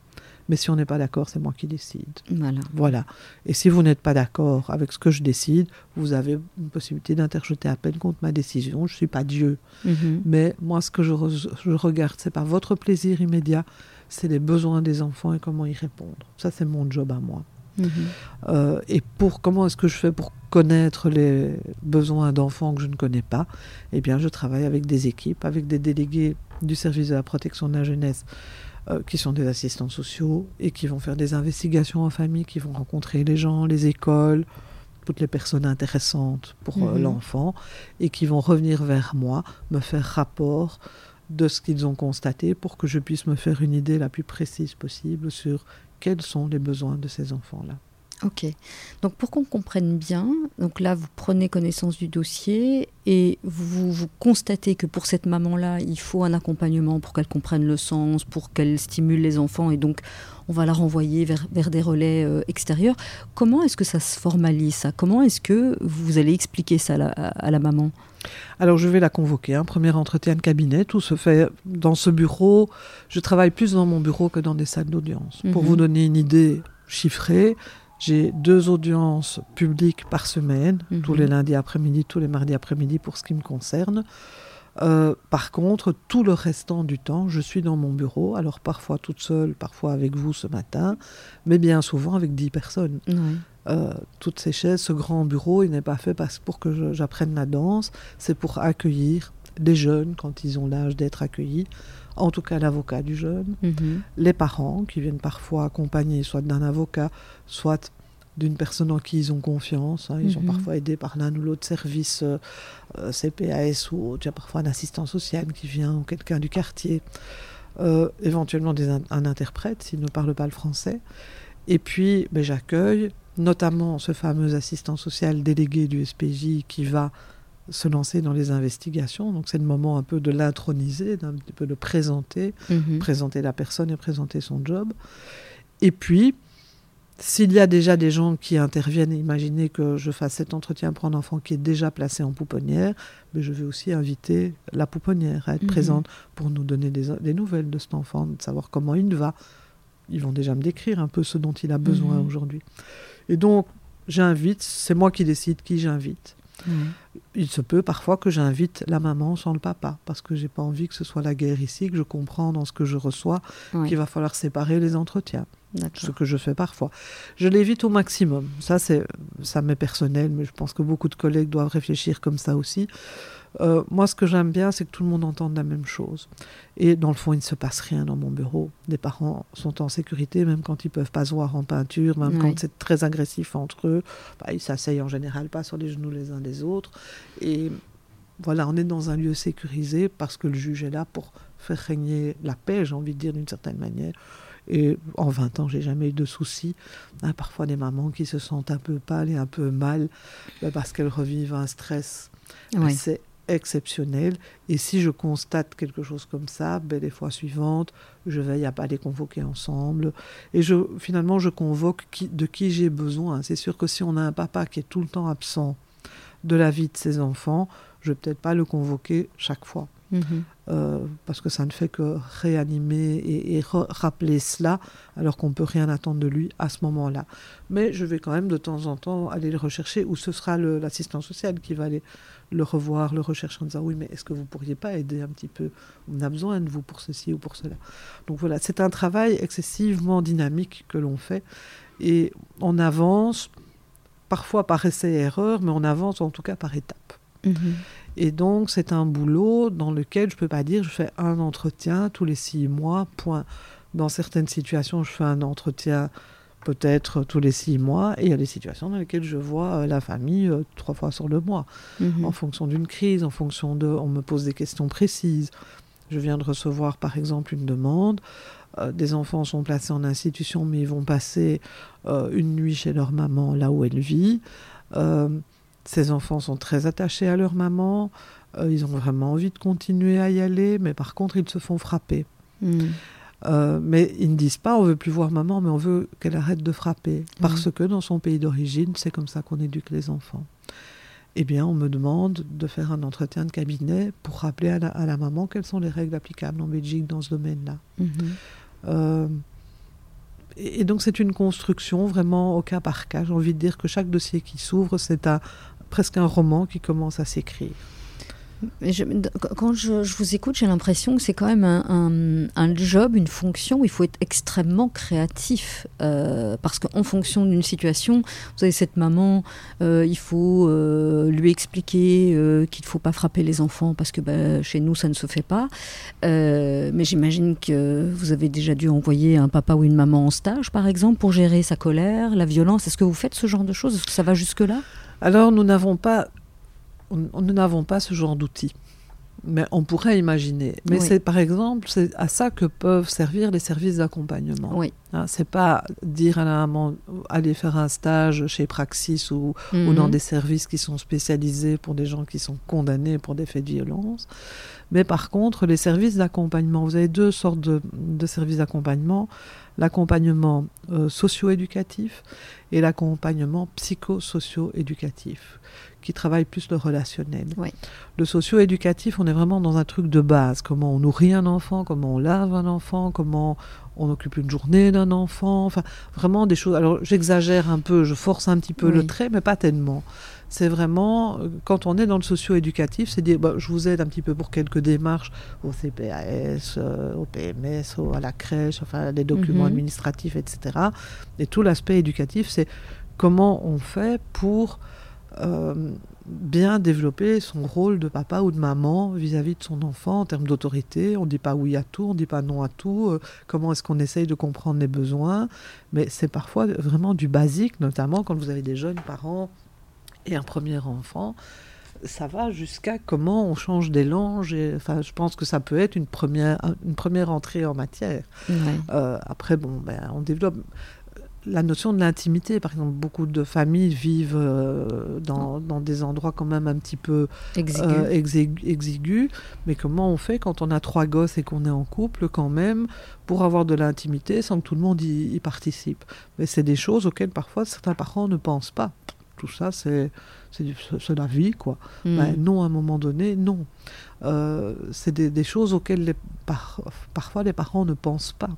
Mais si on n'est pas d'accord, c'est moi qui décide. Voilà. Voilà. Et si vous n'êtes pas d'accord avec ce que je décide, vous avez une possibilité d'interjeter appel contre ma décision. Je ne suis pas Dieu. Mm-hmm. Mais moi, ce que je, re- je regarde, ce n'est pas votre plaisir immédiat, c'est les besoins des enfants et comment y répondre. Ça, c'est mon job à moi. Mm-hmm. Euh, et pour comment est-ce que je fais pour connaître les besoins d'enfants que je ne connais pas? Eh bien, je travaille avec des équipes, avec des délégués du service de la protection de la jeunesse, euh, qui sont des assistants sociaux et qui vont faire des investigations en famille, qui vont rencontrer les gens, les écoles, toutes les personnes intéressantes pour euh, Mhm. l'enfant, et qui vont revenir vers moi, me faire rapport de ce qu'ils ont constaté pour que je puisse me faire une idée la plus précise possible sur quels sont les besoins de ces enfants-là. Ok. Donc pour qu'on comprenne bien, donc là vous prenez connaissance du dossier et vous, vous constatez que pour cette maman-là, il faut un accompagnement pour qu'elle comprenne le sens, pour qu'elle stimule les enfants et donc on va la renvoyer vers, vers des relais euh, extérieurs. Comment est-ce que ça se formalise ça? Comment est-ce que vous allez expliquer ça à la, à la maman? Alors je vais la convoquer, un premier entretien de cabinet, tout se fait dans ce bureau. Je travaille plus dans mon bureau que dans des salles d'audience. Mhm. Pour vous donner une idée chiffrée, j'ai deux audiences publiques par semaine, Mhm. tous les lundis après-midi, tous les mardis après-midi pour ce qui me concerne. Euh, par contre, tout le restant du temps, je suis dans mon bureau, alors parfois toute seule, parfois avec vous ce matin, mais bien souvent avec dix personnes. Oui. Euh, toutes ces chaises, ce grand bureau, il n'est pas fait parce, pour que je, j'apprenne la danse, c'est pour accueillir les jeunes quand ils ont l'âge d'être accueillis, en tout cas l'avocat du jeune, Mhm. les parents qui viennent parfois accompagnés soit d'un avocat, soit d'une personne en qui ils ont confiance. Hein. Ils sont Mhm. parfois aidés par l'un ou l'autre service euh, euh, C P A S ou autre. Il y a parfois un assistant social qui vient ou quelqu'un du quartier. Euh, éventuellement des, un interprète s'il ne parle pas le français. Et puis ben, j'accueille notamment ce fameux assistant social délégué du S P J qui va se lancer dans les investigations. Donc c'est le moment un peu de l'introniser, d'un petit peu de présenter, Mhm. présenter la personne et présenter son job. Et puis, s'il y a déjà des gens qui interviennent, imaginez que je fasse cet entretien pour un enfant qui est déjà placé en pouponnière, mais je vais aussi inviter la pouponnière à être Mhm. présente pour nous donner des, des nouvelles de cet enfant, de savoir comment il va. Ils vont déjà me décrire un peu ce dont il a besoin Mhm. aujourd'hui. Et donc, j'invite, c'est moi qui décide qui j'invite. Mhm. Il se peut parfois que j'invite la maman sans le papa, parce que j'ai pas envie que ce soit la guerre ici, que je comprends dans ce que je reçois, Ouais. qu'il va falloir séparer les entretiens. Ce D'accord. que je fais parfois. Je l'évite au maximum. Ça, c'est, ça m'est personnel, mais je pense que beaucoup de collègues doivent réfléchir comme ça aussi. Euh, moi, ce que j'aime bien, c'est que tout le monde entende la même chose. Et dans le fond, il ne se passe rien dans mon bureau. Les parents sont en sécurité, même quand ils ne peuvent pas se voir en peinture, même Oui. quand c'est très agressif entre eux. Bah, ils s'asseyent en général pas sur les genoux les uns des autres. Et voilà, on est dans un lieu sécurisé parce que le juge est là pour faire régner la paix, j'ai envie de dire d'une certaine manière. Et en vingt ans, j'ai jamais eu de soucis. Hein, parfois, des mamans qui se sentent un peu pâles et un peu mal ben parce qu'elles revivent un stress. Ben Oui. c'est exceptionnel. Et si je constate quelque chose comme ça, ben les fois suivantes, je veille à pas les convoquer ensemble. Et je, finalement, je convoque qui, de qui j'ai besoin. C'est sûr que si on a un papa qui est tout le temps absent de la vie de ses enfants, je ne vais peut-être pas le convoquer chaque fois. Mhm. Euh, parce que ça ne fait que réanimer et, et re- rappeler cela, alors qu'on ne peut rien attendre de lui à ce moment-là. Mais je vais quand même de temps en temps aller le rechercher, ou ce sera le, l'assistant social qui va aller le revoir, le rechercher en disant « Oui, mais est-ce que vous ne pourriez pas aider un petit peu? On a besoin de vous pour ceci ou pour cela. » Donc voilà, c'est un travail excessivement dynamique que l'on fait, et on avance, parfois par essai-erreur, mais on avance en tout cas par étapes. Mhm. Et donc, c'est un boulot dans lequel je ne peux pas dire je fais un entretien tous les six mois, point. Dans certaines situations, je fais un entretien peut-être tous les six mois, et il y a des situations dans lesquelles je vois euh, la famille euh, trois fois sur le mois, Mhm. en fonction d'une crise, en fonction de... On me pose des questions précises. Je viens de recevoir, par exemple, une demande. Euh, des enfants sont placés en institution, mais ils vont passer euh, une nuit chez leur maman, là où elle vit. Euh, Ces enfants sont très attachés à leur maman, euh, ils ont vraiment envie de continuer à y aller, mais par contre, ils se font frapper. Mhm. Euh, mais ils ne disent pas « on veut plus voir maman, mais on veut qu'elle arrête de frapper ». Parce Oui. que dans son pays d'origine, c'est comme ça qu'on éduque les enfants. Eh bien, on me demande de faire un entretien de cabinet pour rappeler à la, à la maman quelles sont les règles applicables en Belgique dans ce domaine-là. Mhm. Euh, et donc c'est une construction vraiment au cas par cas. J'ai envie de dire que chaque dossier qui s'ouvre, c'est un, presque un roman qui commence à s'écrire. Je, quand je, je vous écoute, j'ai l'impression que c'est quand même un, un, un job, une fonction où il faut être extrêmement créatif. Euh, parce qu'en fonction d'une situation, vous avez cette maman, euh, il faut euh, lui expliquer euh, qu'il ne faut pas frapper les enfants parce que bah, chez nous, ça ne se fait pas. Euh, mais j'imagine que vous avez déjà dû envoyer un papa ou une maman en stage, par exemple, pour gérer sa colère, la violence. Est-ce que vous faites ce genre de choses ? Est-ce que ça va jusque-là ? Alors, nous n'avons pas... Nous n'avons pas ce genre d'outils, mais on pourrait imaginer. Mais oui. c'est par exemple, c'est à ça que peuvent servir les services d'accompagnement. Oui. Hein, c'est pas dire à la maman aller faire un stage chez Praxis ou, mm-hmm. ou dans des services qui sont spécialisés pour des gens qui sont condamnés pour des faits de violence. Mais par contre, les services d'accompagnement, vous avez deux sortes de, de services d'accompagnement. L'accompagnement euh, socio-éducatif et l'accompagnement psycho-socio-éducatif, qui travaille plus le relationnel. Oui. Le socio-éducatif, on est vraiment dans un truc de base. Comment on nourrit un enfant, comment on lave un enfant, comment on occupe une journée d'un enfant. Enfin, vraiment des choses... Alors, j'exagère un peu, je force un petit peu oui. le trait, mais pas tellement. C'est vraiment, quand on est dans le socio-éducatif, c'est dire, bah, je vous aide un petit peu pour quelques démarches au C P A S, euh, au P M S, au, à la crèche, enfin, les documents mm-hmm. administratifs, et cetera. Et tout l'aspect éducatif, c'est comment on fait pour euh, bien développer son rôle de papa ou de maman vis-à-vis de son enfant en termes d'autorité. On ne dit pas oui à tout, on ne dit pas non à tout. Euh, comment est-ce qu'on essaye de comprendre les besoins ? Mais c'est parfois vraiment du basique, notamment quand vous avez des jeunes parents et un premier enfant, ça va jusqu'à comment on change des langues. Et, enfin, je pense que ça peut être une première, une première entrée en matière. Ouais. Euh, après, bon, ben, on développe la notion de l'intimité. Par exemple, beaucoup de familles vivent euh, dans, dans des endroits quand même un petit peu exigus. Euh, exigu, exigus. Mais comment on fait quand on a trois gosses et qu'on est en couple quand même pour avoir de l'intimité sans que tout le monde y, y participe ? Mais c'est des choses auxquelles parfois certains parents ne pensent pas. Tout ça, c'est, c'est, c'est la vie, quoi. Mmh. Ben, non, à un moment donné, non. Euh, c'est des, des choses auxquelles les par, parfois les parents ne pensent pas.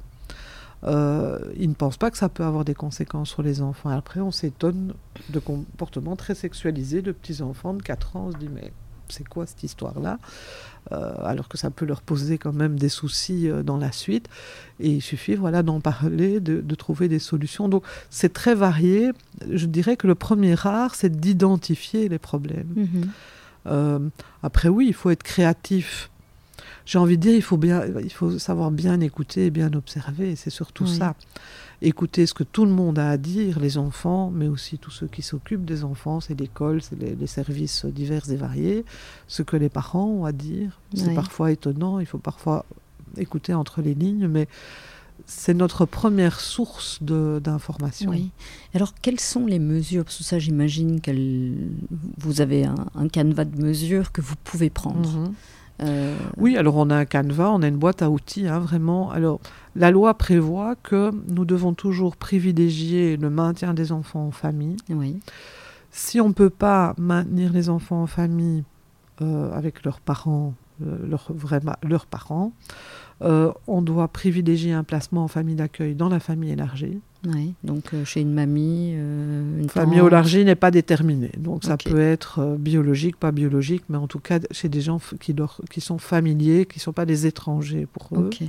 Euh, ils ne pensent pas que ça peut avoir des conséquences sur les enfants. Et après, on s'étonne de comportements très sexualisés de petits-enfants de quatre ans. On se dit, mais c'est quoi cette histoire-là ? euh, alors que ça peut leur poser quand même des soucis euh, dans la suite. Et il suffit voilà, d'en parler, de, de trouver des solutions. Donc c'est très varié. Je dirais que le premier art, c'est d'identifier les problèmes. Mmh. Euh, après, oui, il faut être créatif. J'ai envie de dire, il faut, bien, il faut savoir bien écouter et bien observer. C'est surtout oui. ça. Écouter ce que tout le monde a à dire, les enfants, mais aussi tous ceux qui s'occupent des enfants, c'est l'école, c'est les, les services divers et variés, ce que les parents ont à dire. C'est oui. parfois étonnant, il faut parfois écouter entre les lignes, mais c'est notre première source de, d'information. Oui. Alors, quelles sont les mesures ? Parce que ça, j'imagine que vous avez un, un canevas de mesures que vous pouvez prendre. Mm-hmm. Euh... Oui, alors on a un canevas, on a une boîte à outils, hein, vraiment. Alors, la loi prévoit que nous devons toujours privilégier le maintien des enfants en famille. Oui. Si on ne peut pas maintenir les enfants en famille euh, avec leurs parents, euh, leurs, vrais, leurs parents, euh, on doit privilégier un placement en famille d'accueil dans la famille élargie. Oui, donc euh, chez une mamie, euh, une famille tante... élargie n'est pas déterminée. Donc ça okay. peut être euh, biologique, pas biologique, mais en tout cas chez des gens f- qui, leur, qui sont familiers, qui ne sont pas des étrangers pour eux. Okay.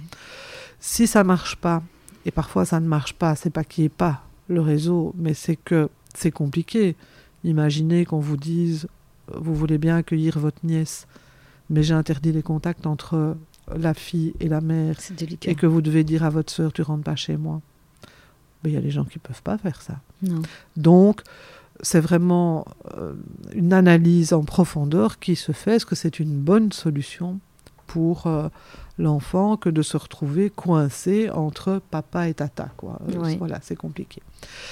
Si ça ne marche pas, et parfois ça ne marche pas, c'est pas qu'il n'y ait pas le réseau, mais c'est que c'est compliqué. Imaginez qu'on vous dise, vous voulez bien accueillir votre nièce, mais j'ai interdit les contacts entre la fille et la mère, et que vous devez dire à votre sœur, tu ne rentres pas chez moi. Mais il y a des gens qui ne peuvent pas faire ça. Non. Donc, c'est vraiment euh, une analyse en profondeur qui se fait. Est-ce que c'est une bonne solution pour euh, l'enfant que de se retrouver coincé entre papa et tata, quoi. Oui. Voilà, c'est compliqué.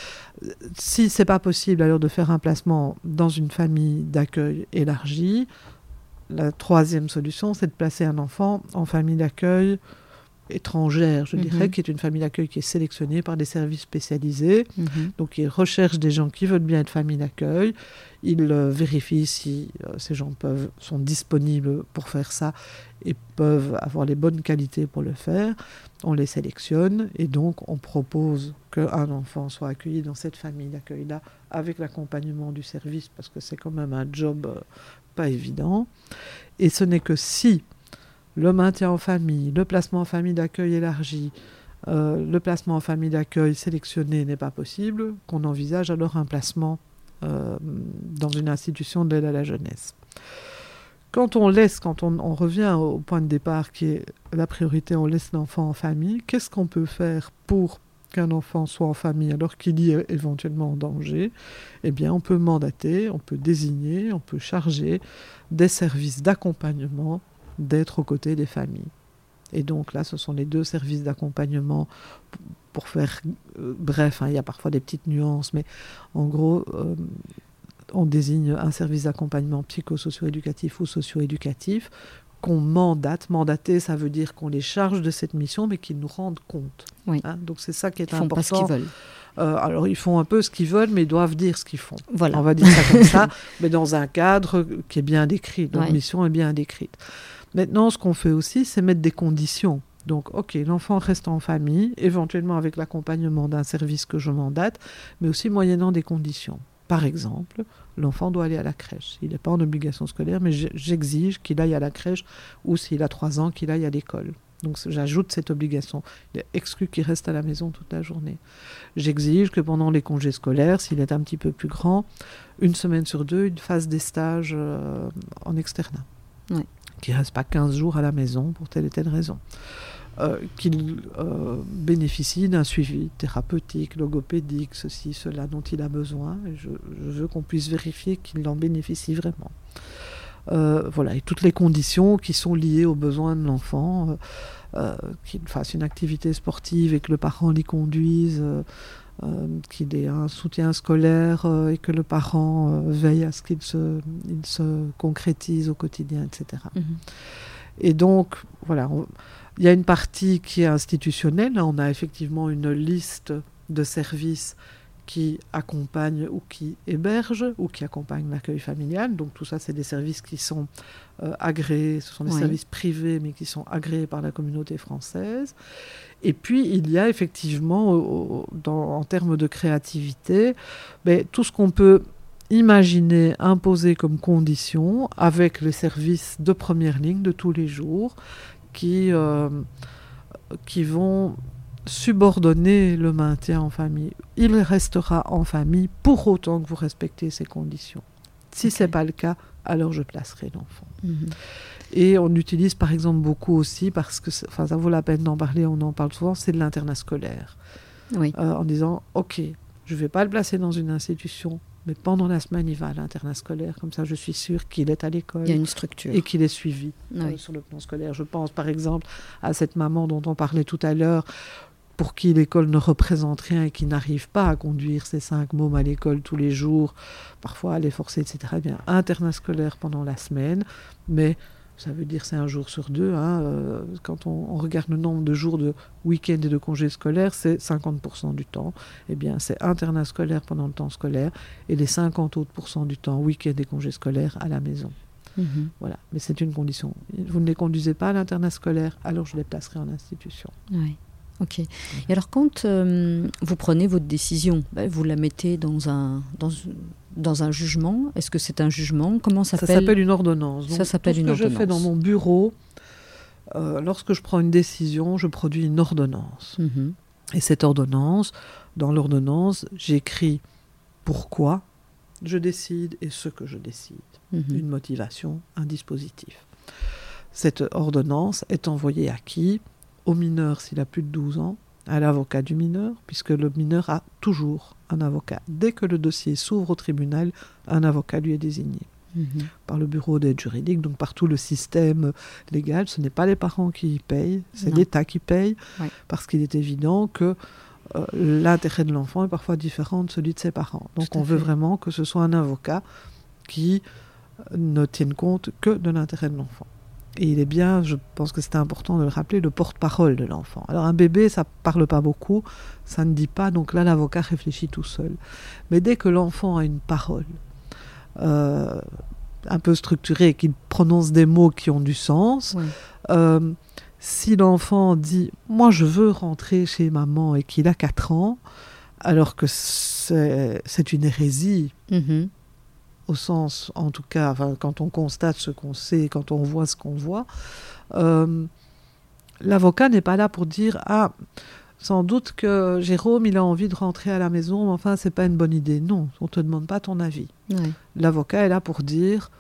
Si ce n'est pas possible alors de faire un placement dans une famille d'accueil élargie, la troisième solution, c'est de placer un enfant en famille d'accueil étrangère, je mmh. dirais, qui est une famille d'accueil qui est sélectionnée par des services spécialisés. Mmh. Donc, ils recherchent des gens qui veulent bien être famille d'accueil. Ils euh, vérifient si euh, ces gens peuvent, sont disponibles pour faire ça et peuvent avoir les bonnes qualités pour le faire. On les sélectionne et donc on propose qu'un enfant soit accueilli dans cette famille d'accueil-là avec l'accompagnement du service, parce que c'est quand même un job euh, pas évident. Et ce n'est que si le maintien en famille, le placement en famille d'accueil élargi, euh, le placement en famille d'accueil sélectionné n'est pas possible, qu'on envisage alors un placement euh, dans une institution d'aide à la jeunesse. Quand on laisse, quand on, on revient au point de départ qui est la priorité, on laisse l'enfant en famille, qu'est-ce qu'on peut faire pour qu'un enfant soit en famille alors qu'il y est éventuellement en danger? Eh bien, on peut mandater, on peut désigner, on peut charger des services d'accompagnement d'être aux côtés des familles. Et donc là, ce sont les deux services d'accompagnement pour faire euh, bref, hein, il y a parfois des petites nuances, mais en gros, euh, on désigne un service d'accompagnement psychosocio-éducatif ou socio-éducatif qu'on mandate. Mandater, ça veut dire qu'on les charge de cette mission, mais qu'ils nous rendent compte. Oui. Hein, donc c'est ça qui est ils font important. Pas ce qu'ils veulent. Euh, alors ils font un peu ce qu'ils veulent, mais ils doivent dire ce qu'ils font. Voilà. On va dire ça comme ça, mais dans un cadre qui est bien décrit. Leur ouais. mission est bien décrite. Maintenant, ce qu'on fait aussi, c'est mettre des conditions. Donc, ok, l'enfant reste en famille, éventuellement avec l'accompagnement d'un service que je mandate, mais aussi moyennant des conditions. Par exemple, l'enfant doit aller à la crèche. Il n'est pas en obligation scolaire, mais j'exige qu'il aille à la crèche ou s'il a trois ans, qu'il aille à l'école. Donc j'ajoute cette obligation. Il est exclu qu'il reste à la maison toute la journée. J'exige que pendant les congés scolaires, s'il est un petit peu plus grand, une semaine sur deux, il fasse des stages euh, en externat. Ouais. Qu'il ne reste pas quinze jours à la maison pour telle et telle raison. Euh, qu'il euh, bénéficie d'un suivi thérapeutique, logopédique, ceci, cela dont il a besoin. Et je, je veux qu'on puisse vérifier qu'il en bénéficie vraiment. Euh, voilà, et toutes les conditions qui sont liées aux besoins de l'enfant, euh, euh, qu'il fasse une activité sportive et que le parent l'y conduise, euh, euh, qu'il ait un soutien scolaire euh, et que le parent euh, veille à ce qu'il se, il se concrétise au quotidien, et cetera. Mmh. Et donc, voilà, on, il y a une partie qui est institutionnelle. On a effectivement une liste de services qui accompagnent ou qui hébergent ou qui accompagnent l'accueil familial. Donc tout ça, c'est des services qui sont euh, agréés. Ce sont des oui. services privés, mais qui sont agréés par la communauté française. Et puis, il y a effectivement, au, dans, en termes de créativité, ben, tout ce qu'on peut imaginer, imposer comme condition avec les services de première ligne de tous les jours qui, euh, qui vont subordonner le maintien en famille. Il restera en famille pour autant que vous respectez ces conditions. Si okay. ce n'est pas le cas, alors je placerai l'enfant. Mm-hmm. Et on utilise par exemple beaucoup aussi, parce que enfin, ça vaut la peine d'en parler, on en parle souvent, c'est de l'internat scolaire. Oui. Euh, en disant, ok, je ne vais pas le placer dans une institution, mais pendant la semaine, il va à l'internat scolaire. Comme ça, je suis sûre qu'il est à l'école. Il y a une structure. Et qu'il est suivi oui. euh, sur le plan scolaire. Je pense par exemple à cette maman dont on parlait tout à l'heure, pour qui l'école ne représente rien et qui n'arrive pas à conduire ses cinq mômes à l'école tous les jours, parfois à les forcer, et cetera. Eh bien, internat scolaire pendant la semaine, mais ça veut dire c'est un jour sur deux. Hein, euh, quand on, on regarde le nombre de jours de week-end et de congés scolaires, c'est cinquante pour cent du temps. Eh bien, c'est internat scolaire pendant le temps scolaire et les cinquante autres pourcents du temps, week-end et congés scolaires, à la maison. Mmh. Voilà, mais c'est une condition. Vous ne les conduisez pas à l'internat scolaire, alors je les placerai en institution. Oui. Ok. Et alors, quand euh, vous prenez votre décision, ben, vous la mettez dans un, dans, dans un jugement. Est-ce que c'est un jugement? Comment ça s'appelle? Ça s'appelle une ordonnance. Donc, ça s'appelle tout ce une que ordonnance. je fais dans mon bureau, euh, lorsque je prends une décision, je produis une ordonnance. Mm-hmm. Et cette ordonnance, dans l'ordonnance, j'écris pourquoi je décide et ce que je décide. Mm-hmm. Une motivation, un dispositif. Cette ordonnance est envoyée à qui? Au mineur s'il a plus de douze ans, à l'avocat du mineur, puisque le mineur a toujours un avocat. Dès que le dossier s'ouvre au tribunal, un avocat lui est désigné mmh. par le bureau d'aide juridique, donc par tout le système légal. Ce n'est pas les parents qui y payent, c'est non. l'État qui paye, oui. parce qu'il est évident que euh, l'intérêt de l'enfant est parfois différent de celui de ses parents. Donc on veut vraiment que ce soit un avocat qui ne tienne compte que de l'intérêt de l'enfant. Et il est bien, je pense que c'est important de le rappeler, le porte-parole de l'enfant. Alors un bébé, ça ne parle pas beaucoup, ça ne dit pas, donc là l'avocat réfléchit tout seul. Mais dès que l'enfant a une parole euh, un peu structurée, qu'il prononce des mots qui ont du sens, oui. euh, si l'enfant dit « moi je veux rentrer chez maman » et qu'il a quatre ans, alors que c'est, c'est une hérésie, mm-hmm. au sens, en tout cas, enfin, quand on constate ce qu'on sait, quand on voit ce qu'on voit, euh, l'avocat n'est pas là pour dire « ah, sans doute que Jérôme, il a envie de rentrer à la maison, mais enfin, c'est pas une bonne idée. » Non, on ne te demande pas ton avis. Oui. L'avocat est là pour dire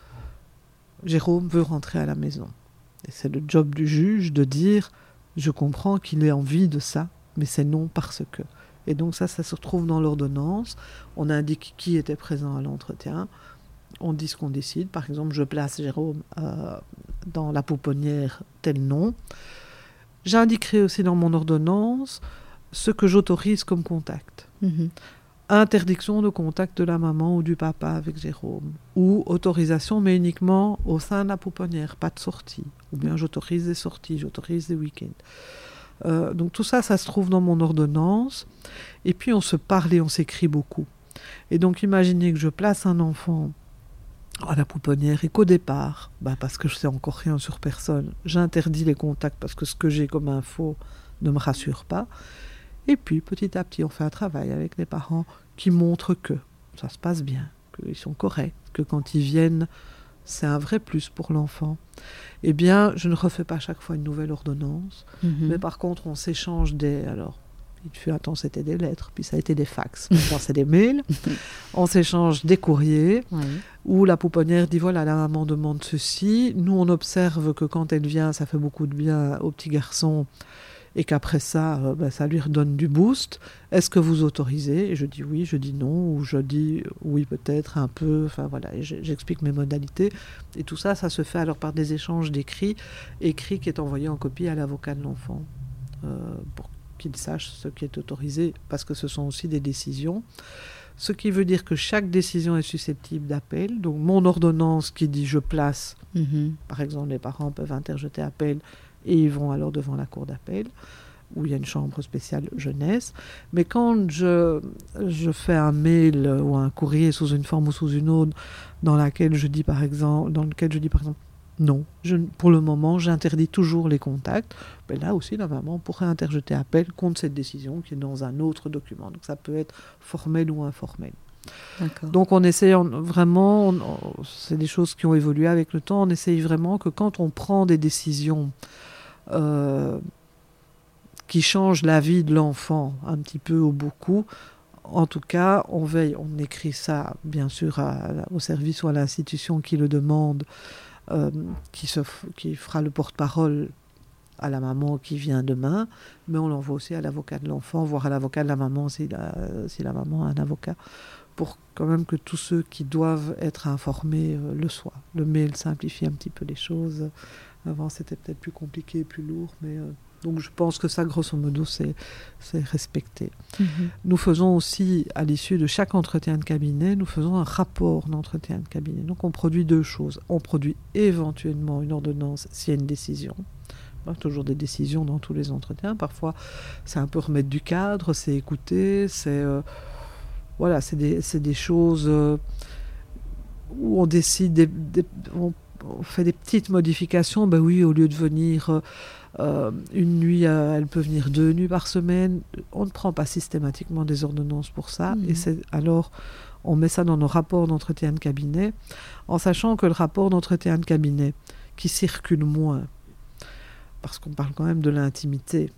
« Jérôme veut rentrer à la maison ». Et c'est le job du juge de dire « je comprends qu'il ait envie de ça, mais c'est non parce que ». Et donc ça, ça se retrouve dans l'ordonnance. On indique qui était présent à l'entretien. On dit ce qu'on décide. Par exemple, je place Jérôme euh, dans la pouponnière, tel nom. J'indiquerai aussi dans mon ordonnance ce que j'autorise comme contact. Mm-hmm. Interdiction de contact de la maman ou du papa avec Jérôme. Ou autorisation, mais uniquement au sein de la pouponnière, pas de sortie. Ou bien j'autorise des sorties, j'autorise des week-ends. Euh, donc tout ça, ça se trouve dans mon ordonnance. Et puis on se parle et on s'écrit beaucoup. Et donc imaginez que je place un enfant à la pouponnière et qu'au départ, bah parce que je sais encore rien sur personne, j'interdis les contacts parce que ce que j'ai comme info ne me rassure pas. Et puis petit à petit, on fait un travail avec les parents qui montrent que ça se passe bien, qu'ils sont corrects, que quand ils viennent, c'est un vrai plus pour l'enfant. Eh bien, je ne refais pas chaque fois une nouvelle ordonnance, mm-hmm. mais par contre, on s'échange des... Alors, il fut un temps, c'était des lettres, puis ça a été des fax, maintenant c'est des mails. On s'échange des courriers, oui. où la pouponnière dit, voilà, la maman demande ceci. Nous, on observe que quand elle vient, ça fait beaucoup de bien au petit garçon, et qu'après ça, euh, ben, ça lui redonne du boost. Est-ce que vous autorisez ? Et je dis oui, je dis non, ou je dis oui peut-être, un peu, enfin voilà, et j'explique mes modalités. Et tout ça, ça se fait alors par des échanges d'écrits, écrits qui est envoyé en copie à l'avocat de l'enfant, euh, pour qu'il sache ce qui est autorisé, parce que ce sont aussi des décisions. Ce qui veut dire que chaque décision est susceptible d'appel. Donc mon ordonnance qui dit je place, mm-hmm. par exemple, les parents peuvent interjeter appel, et ils vont alors devant la cour d'appel, où il y a une chambre spéciale jeunesse. Mais quand je, je fais un mail ou un courrier sous une forme ou sous une autre, dans laquelle je dis par exemple, dans lequel je dis par exemple, non, je, pour le moment, j'interdis toujours les contacts. Mais là aussi, la maman pourrait interjeter appel contre cette décision qui est dans un autre document. Donc ça peut être formel ou informel. D'accord. Donc on essaye vraiment, on, c'est des choses qui ont évolué avec le temps, on essaye vraiment que quand on prend des décisions euh, qui changent la vie de l'enfant un petit peu ou beaucoup, en tout cas on veille, on écrit ça bien sûr à, au service ou à l'institution qui le demande, euh, qui, se, qui fera le porte-parole à la maman qui vient demain, mais on l'envoie aussi à l'avocat de l'enfant, voire à l'avocat de la maman si la, si la maman a un avocat, pour quand même que tous ceux qui doivent être informés euh, le soient. Le mail simplifie un petit peu les choses. Avant, c'était peut-être plus compliqué, plus lourd, mais euh, donc je pense que ça, grosso modo, c'est, c'est respecté. Mm-hmm. Nous faisons aussi, à l'issue de chaque entretien de cabinet, nous faisons un rapport d'entretien de cabinet. Donc on produit deux choses. On produit éventuellement une ordonnance s'il y a une décision. Il y a toujours des décisions dans tous les entretiens. Parfois, c'est un peu remettre du cadre, c'est écouter, c'est... Euh, Voilà, c'est des, c'est des choses euh, où on décide, des, des, on, on fait des petites modifications. Ben oui, au lieu de venir euh, une nuit, euh, elle peut venir deux nuits par semaine. On ne prend pas systématiquement des ordonnances pour ça. Mmh. Et c'est, alors, on met ça dans nos rapports d'entretien de cabinet, en sachant que le rapport d'entretien de cabinet, qui circule moins, parce qu'on parle quand même de l'intimité,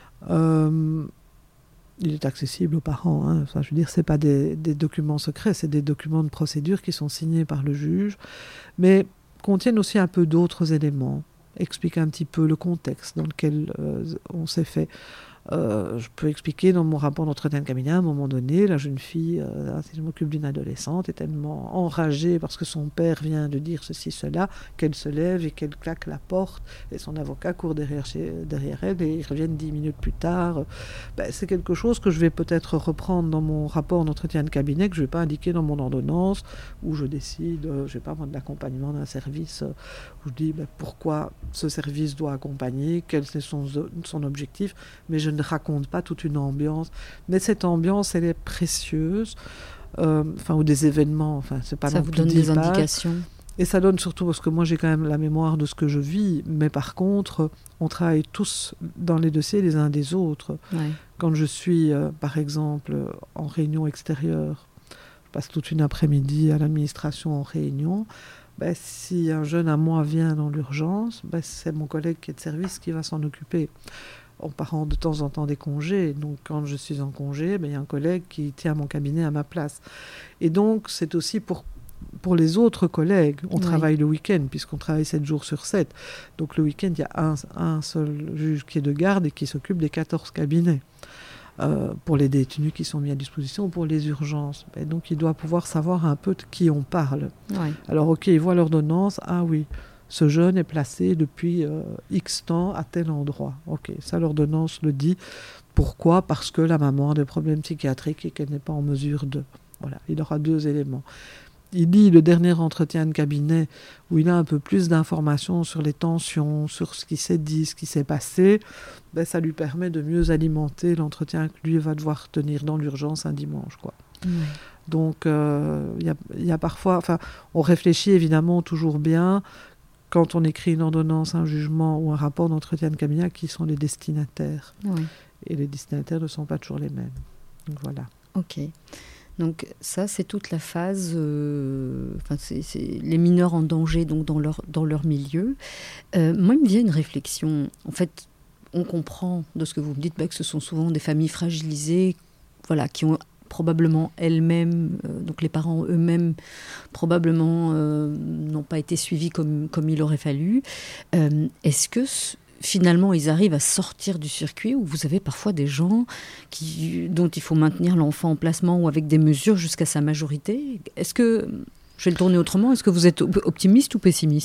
euh, il est accessible aux parents. Hein. Enfin, je veux dire, ce n'est pas des, des documents secrets, c'est des documents de procédure qui sont signés par le juge, mais contiennent aussi un peu d'autres éléments, expliquent un petit peu le contexte dans lequel euh, on s'est fait Euh, je peux expliquer dans mon rapport d'entretien de cabinet, à un moment donné, la jeune fille, euh, si je m'occupe d'une adolescente, est tellement enragée parce que son père vient de dire ceci, cela, qu'elle se lève et qu'elle claque la porte, et son avocat court derrière, chez, derrière elle, et ils reviennent dix minutes plus tard. Ben, c'est quelque chose que je vais peut-être reprendre dans mon rapport d'entretien de cabinet, que je ne vais pas indiquer dans mon ordonnance, où je décide, euh, je ne sais pas moi, de l'accompagnement d'un service, euh, où je dis ben, pourquoi ce service doit accompagner, quel est son, son objectif, mais je ne raconte pas toute une ambiance. Mais cette ambiance, elle est précieuse, euh, enfin, ou des événements, enfin, c'est pas ça non vous plus donne des pages. indications. Et ça donne surtout, parce que moi j'ai quand même la mémoire de ce que je vis, mais par contre, on travaille tous dans les dossiers les uns des autres. Ouais. Quand je suis, euh, par exemple, en réunion extérieure, je passe toute une après-midi à l'administration en réunion, ben, si un jeune à moi vient dans l'urgence, ben, c'est mon collègue qui est de service qui va s'en occuper. En parant de temps en temps des congés, donc quand je suis en congé, ben, il y a un collègue qui tient mon cabinet à ma place. Et donc c'est aussi pour, pour les autres collègues, on oui. travaille le week-end, puisqu'on travaille sept jours sur sept. Donc le week-end, il y a un, un seul juge qui est de garde et qui s'occupe des quatorze cabinets. Euh, pour les détenus qui sont mis à disposition ou pour les urgences. Et donc il doit pouvoir savoir un peu de qui on parle. Ouais. Alors ok, il voit l'ordonnance, ah oui, ce jeune est placé depuis euh, X temps à tel endroit. Ok, ça l'ordonnance le dit. Pourquoi ? Parce que la maman a des problèmes psychiatriques et qu'elle n'est pas en mesure de... Voilà, il aura deux éléments. Il lit le dernier entretien de cabinet où il a un peu plus d'informations sur les tensions, sur ce qui s'est dit, ce qui s'est passé. Ben, ça lui permet de mieux alimenter l'entretien que lui va devoir tenir dans l'urgence un dimanche, quoi. Ouais. Donc, euh, y a, y a parfois... Enfin, on réfléchit évidemment toujours bien quand on écrit une ordonnance, un jugement ou un rapport d'entretien de cabinet, qui sont les destinataires. Ouais. Et les destinataires ne sont pas toujours les mêmes. Donc, voilà. Ok. Donc ça, c'est toute la phase, euh, enfin, c'est, c'est les mineurs en danger donc dans leur, dans leur milieu. Euh, moi, il me vient une réflexion. En fait, on comprend de ce que vous me dites bah, que ce sont souvent des familles fragilisées, voilà, qui ont probablement elles-mêmes, euh, donc les parents eux-mêmes, probablement euh, n'ont pas été suivis comme, comme il aurait fallu. Euh, est-ce que... Ce, finalement, ils arrivent à sortir du circuit où vous avez parfois des gens qui, dont il faut maintenir l'enfant en placement ou avec des mesures jusqu'à sa majorité. Est-ce que, je vais le tourner autrement, est-ce que vous êtes optimiste ou pessimiste ?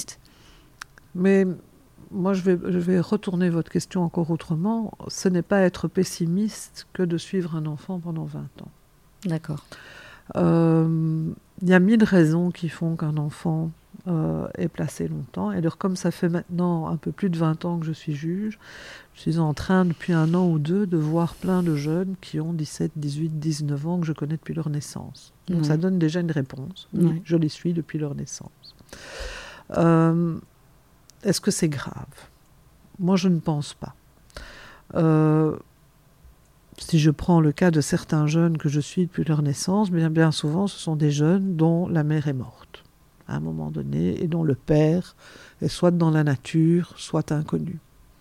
Mais moi, je vais, je vais retourner votre question encore autrement. Ce n'est pas être pessimiste que de suivre un enfant pendant vingt ans. D'accord. Euh, il y a mille raisons qui font qu'un enfant... Euh, est placé longtemps. Et alors, comme ça fait maintenant un peu plus de vingt ans que je suis juge, je suis en train depuis un an ou deux de voir plein de jeunes qui ont dix-sept, dix-huit, dix-neuf ans que je connais depuis leur naissance. Donc mmh. ça donne déjà une réponse. Oui, mmh. Je les suis depuis leur naissance. Euh, est-ce que c'est grave ? Moi, je ne pense pas. Euh, si je prends le cas de certains jeunes que je suis depuis leur naissance, bien, bien souvent, ce sont des jeunes dont la mère est morte à un moment donné, et dont le père est soit dans la nature, soit inconnu.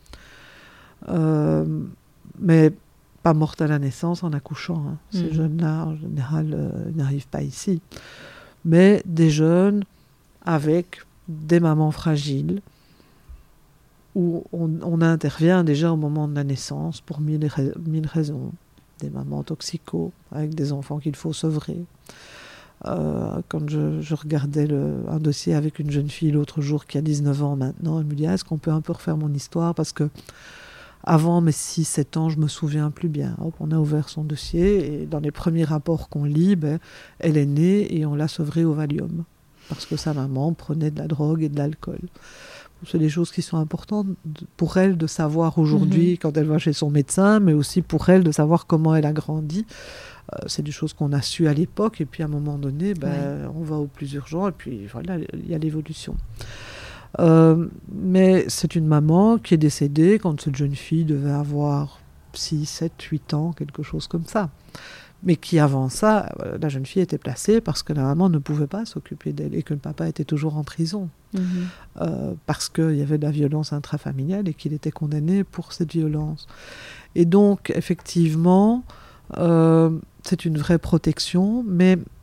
Euh, mais pas morte à la naissance en accouchant. Hein. Ces mmh. jeunes-là, en général, euh, n'arrivent pas ici. Mais des jeunes avec des mamans fragiles, où on, on intervient déjà au moment de la naissance pour mille, mille raisons. Des mamans toxicos, avec des enfants qu'il faut sevrer. Euh, quand je, je regardais le, un dossier avec une jeune fille l'autre jour qui a dix-neuf ans maintenant, elle me dit ah, est-ce qu'on peut un peu refaire mon histoire parce que avant mes six sept ans je me souviens plus bien. Hop, on a ouvert son dossier et dans les premiers rapports qu'on lit, ben, elle est née et on l'a sevrée au Valium parce que sa maman prenait de la drogue et de l'alcool. C'est des choses qui sont importantes pour elle de savoir aujourd'hui mmh. quand elle va chez son médecin, mais aussi pour elle de savoir comment elle a grandi. Euh, c'est des choses qu'on a su à l'époque, et puis à un moment donné, ben, ouais. on va au plus urgent, et puis voilà, il y a l'évolution. Euh, mais c'est une maman qui est décédée quand cette jeune fille devait avoir six, sept, huit ans, quelque chose comme ça. Mais qui, avant ça, la jeune fille était placée parce que la maman ne pouvait pas s'occuper d'elle et que le papa était toujours en prison. Mmh. Euh, parce qu'il y avait de la violence intrafamiliale et qu'il était condamné pour cette violence. Et donc, effectivement, euh, c'est une vraie protection, mais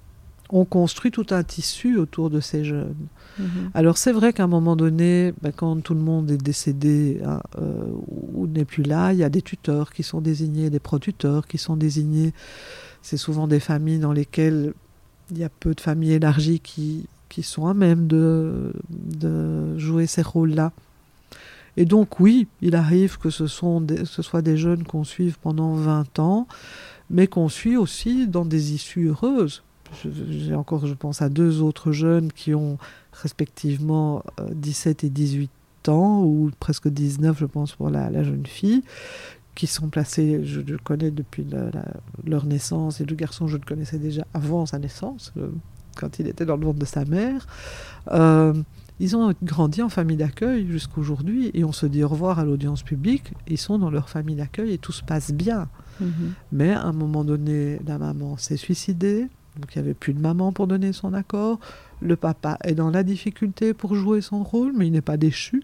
on construit tout un tissu autour de ces jeunes. Mmh. Alors c'est vrai qu'à un moment donné, ben, quand tout le monde est décédé hein, euh, ou n'est plus là, il y a des tuteurs qui sont désignés, des protuteurs qui sont désignés. C'est souvent des familles dans lesquelles il y a peu de familles élargies qui, qui sont à même de, de jouer ces rôles-là. Et donc oui, il arrive que ce, sont des, ce soit des jeunes qu'on suive pendant vingt ans, mais qu'on suit aussi dans des issues heureuses. J'ai encore, je pense, à deux autres jeunes qui ont respectivement euh, dix-sept et dix-huit ans, ou presque dix-neuf, je pense, pour la, la jeune fille, qui sont placés, je le connais depuis la, la, leur naissance, et le garçon, je le connaissais déjà avant sa naissance, le, quand il était dans le ventre de sa mère. Euh, ils ont grandi en famille d'accueil jusqu'à aujourd'hui, et on se dit au revoir à l'audience publique, ils sont dans leur famille d'accueil et tout se passe bien. Mmh. Mais à un moment donné, la maman s'est suicidée, donc il n'y avait plus de maman pour donner son accord. Le papa est dans la difficulté pour jouer son rôle, mais il n'est pas déchu.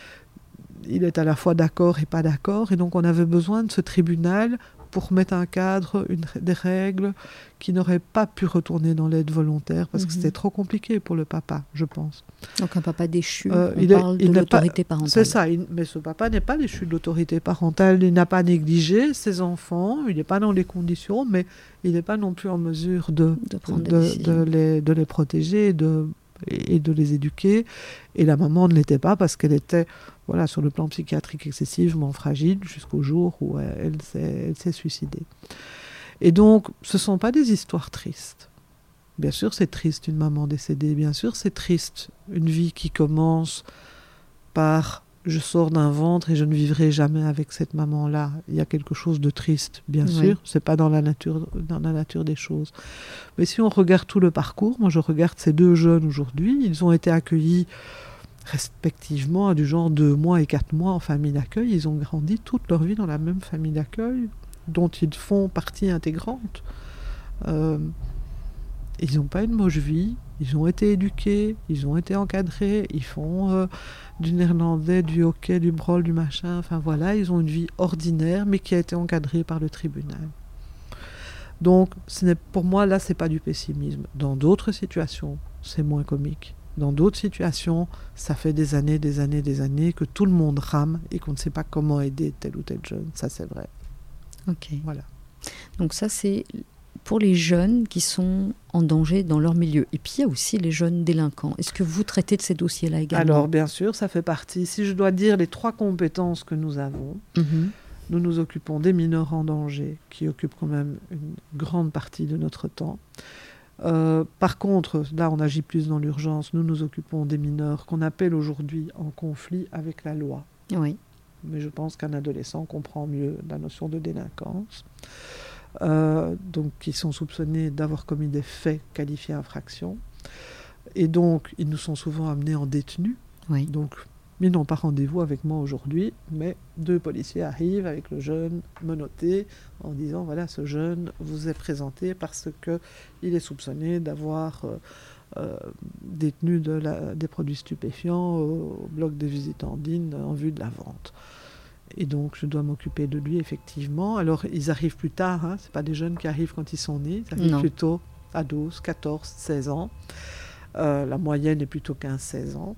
Il est à la fois d'accord et pas d'accord, et donc on avait besoin de ce tribunal pour mettre un cadre, une, des règles qui n'auraient pas pu retourner dans l'aide volontaire, parce mmh. que c'était trop compliqué pour le papa, je pense. Donc un papa déchu, euh, on il parle est, il de l'autorité pas, parentale. C'est ça, il, mais ce papa n'est pas déchu de l'autorité parentale, il n'a pas négligé ses enfants, il n'est pas dans les conditions, mais il n'est pas non plus en mesure de, de, prendre de, des de, les, de les protéger de, et de les éduquer. Et la maman ne l'était pas parce qu'elle était... Voilà, sur le plan psychiatrique excessivement fragile jusqu'au jour où elle s'est, elle s'est suicidée. Et donc, ce ne sont pas des histoires tristes. Bien sûr, c'est triste une maman décédée. Bien sûr, c'est triste une vie qui commence par « je sors d'un ventre et je ne vivrai jamais avec cette maman-là ». Il y a quelque chose de triste, bien oui. sûr. Ce n'est pas dans la nature, dans la nature des choses. Mais si on regarde tout le parcours, moi je regarde ces deux jeunes aujourd'hui, ils ont été accueillis respectivement à du genre deux mois et quatre mois en famille d'accueil. Ils ont grandi toute leur vie dans la même famille d'accueil dont ils font partie intégrante. Euh, ils n'ont pas une moche vie, ils ont été éduqués, ils ont été encadrés, ils font euh, du néerlandais, du hockey, du brol, du machin, enfin voilà, ils ont une vie ordinaire mais qui a été encadrée par le tribunal. Donc ce n'est, pour moi là c'est pas du pessimisme. Dans d'autres situations c'est moins comique. Dans d'autres situations, ça fait des années, des années, des années que tout le monde rame et qu'on ne sait pas comment aider tel ou tel jeune. Ça, c'est vrai. Ok. Voilà. Donc ça, c'est pour les jeunes qui sont en danger dans leur milieu. Et puis, il y a aussi les jeunes délinquants. Est-ce que vous traitez de ces dossiers-là également ? Alors, bien sûr, ça fait partie. Si je dois dire les trois compétences que nous avons, mm-hmm. nous nous occupons des mineurs en danger, qui occupent quand même une grande partie de notre temps. Euh, par contre, là on agit plus dans l'urgence, nous nous occupons des mineurs qu'on appelle aujourd'hui en conflit avec la loi. Oui. Mais je pense qu'un adolescent comprend mieux la notion de délinquance. Euh, donc qui sont soupçonnés d'avoir commis des faits qualifiés infractions. Et donc ils nous sont souvent amenés en détenus. Oui. Donc ils n'ont pas rendez-vous avec moi aujourd'hui, mais deux policiers arrivent avec le jeune menotté en disant voilà, ce jeune vous est présenté parce qu'il est soupçonné d'avoir euh, euh, détenu de la, des produits stupéfiants au, au bloc de Visitandine en vue de la vente. Et donc je dois m'occuper de lui effectivement. Alors ils arrivent plus tard, hein, ce n'est pas des jeunes qui arrivent quand ils sont nés, ils arrivent non. plutôt à douze, quatorze, seize ans. Euh, la moyenne est plutôt quinze seize ans.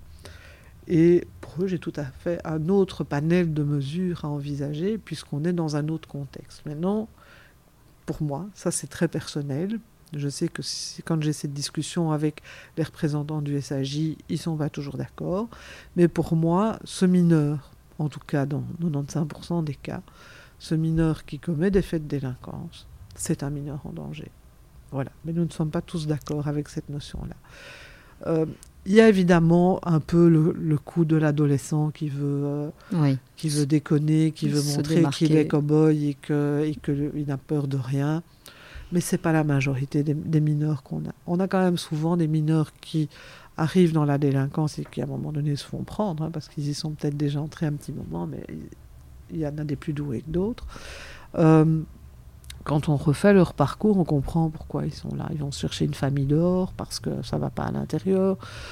Et pour eux, j'ai tout à fait un autre panel de mesures à envisager puisqu'on est dans un autre contexte. Maintenant, pour moi, ça c'est très personnel. Je sais que si, quand j'ai cette discussion avec les représentants du S A J, ils ne sont pas toujours d'accord. Mais pour moi, ce mineur, en tout cas dans quatre-vingt-quinze pour cent des cas, ce mineur qui commet des faits de délinquance, c'est un mineur en danger. Voilà. Mais nous ne sommes pas tous d'accord avec cette notion-là. Euh, Il y a évidemment un peu le, le coup de l'adolescent qui veut, euh, oui. qui veut déconner, qui veut Se montrer démarquer. Qu'il est cow-boy et qu'il n'a peur de rien. Mais ce n'est pas la majorité des, des mineurs qu'on a. On a quand même souvent des mineurs qui arrivent dans la délinquance et qui, à un moment donné, se font prendre, hein, parce qu'ils y sont peut-être déjà entrés un petit moment, mais il y en a des plus doués que d'autres. Euh, Quand on refait leur parcours, on comprend pourquoi ils sont là. Ils vont chercher une famille dehors parce que ça ne va pas à l'intérieur.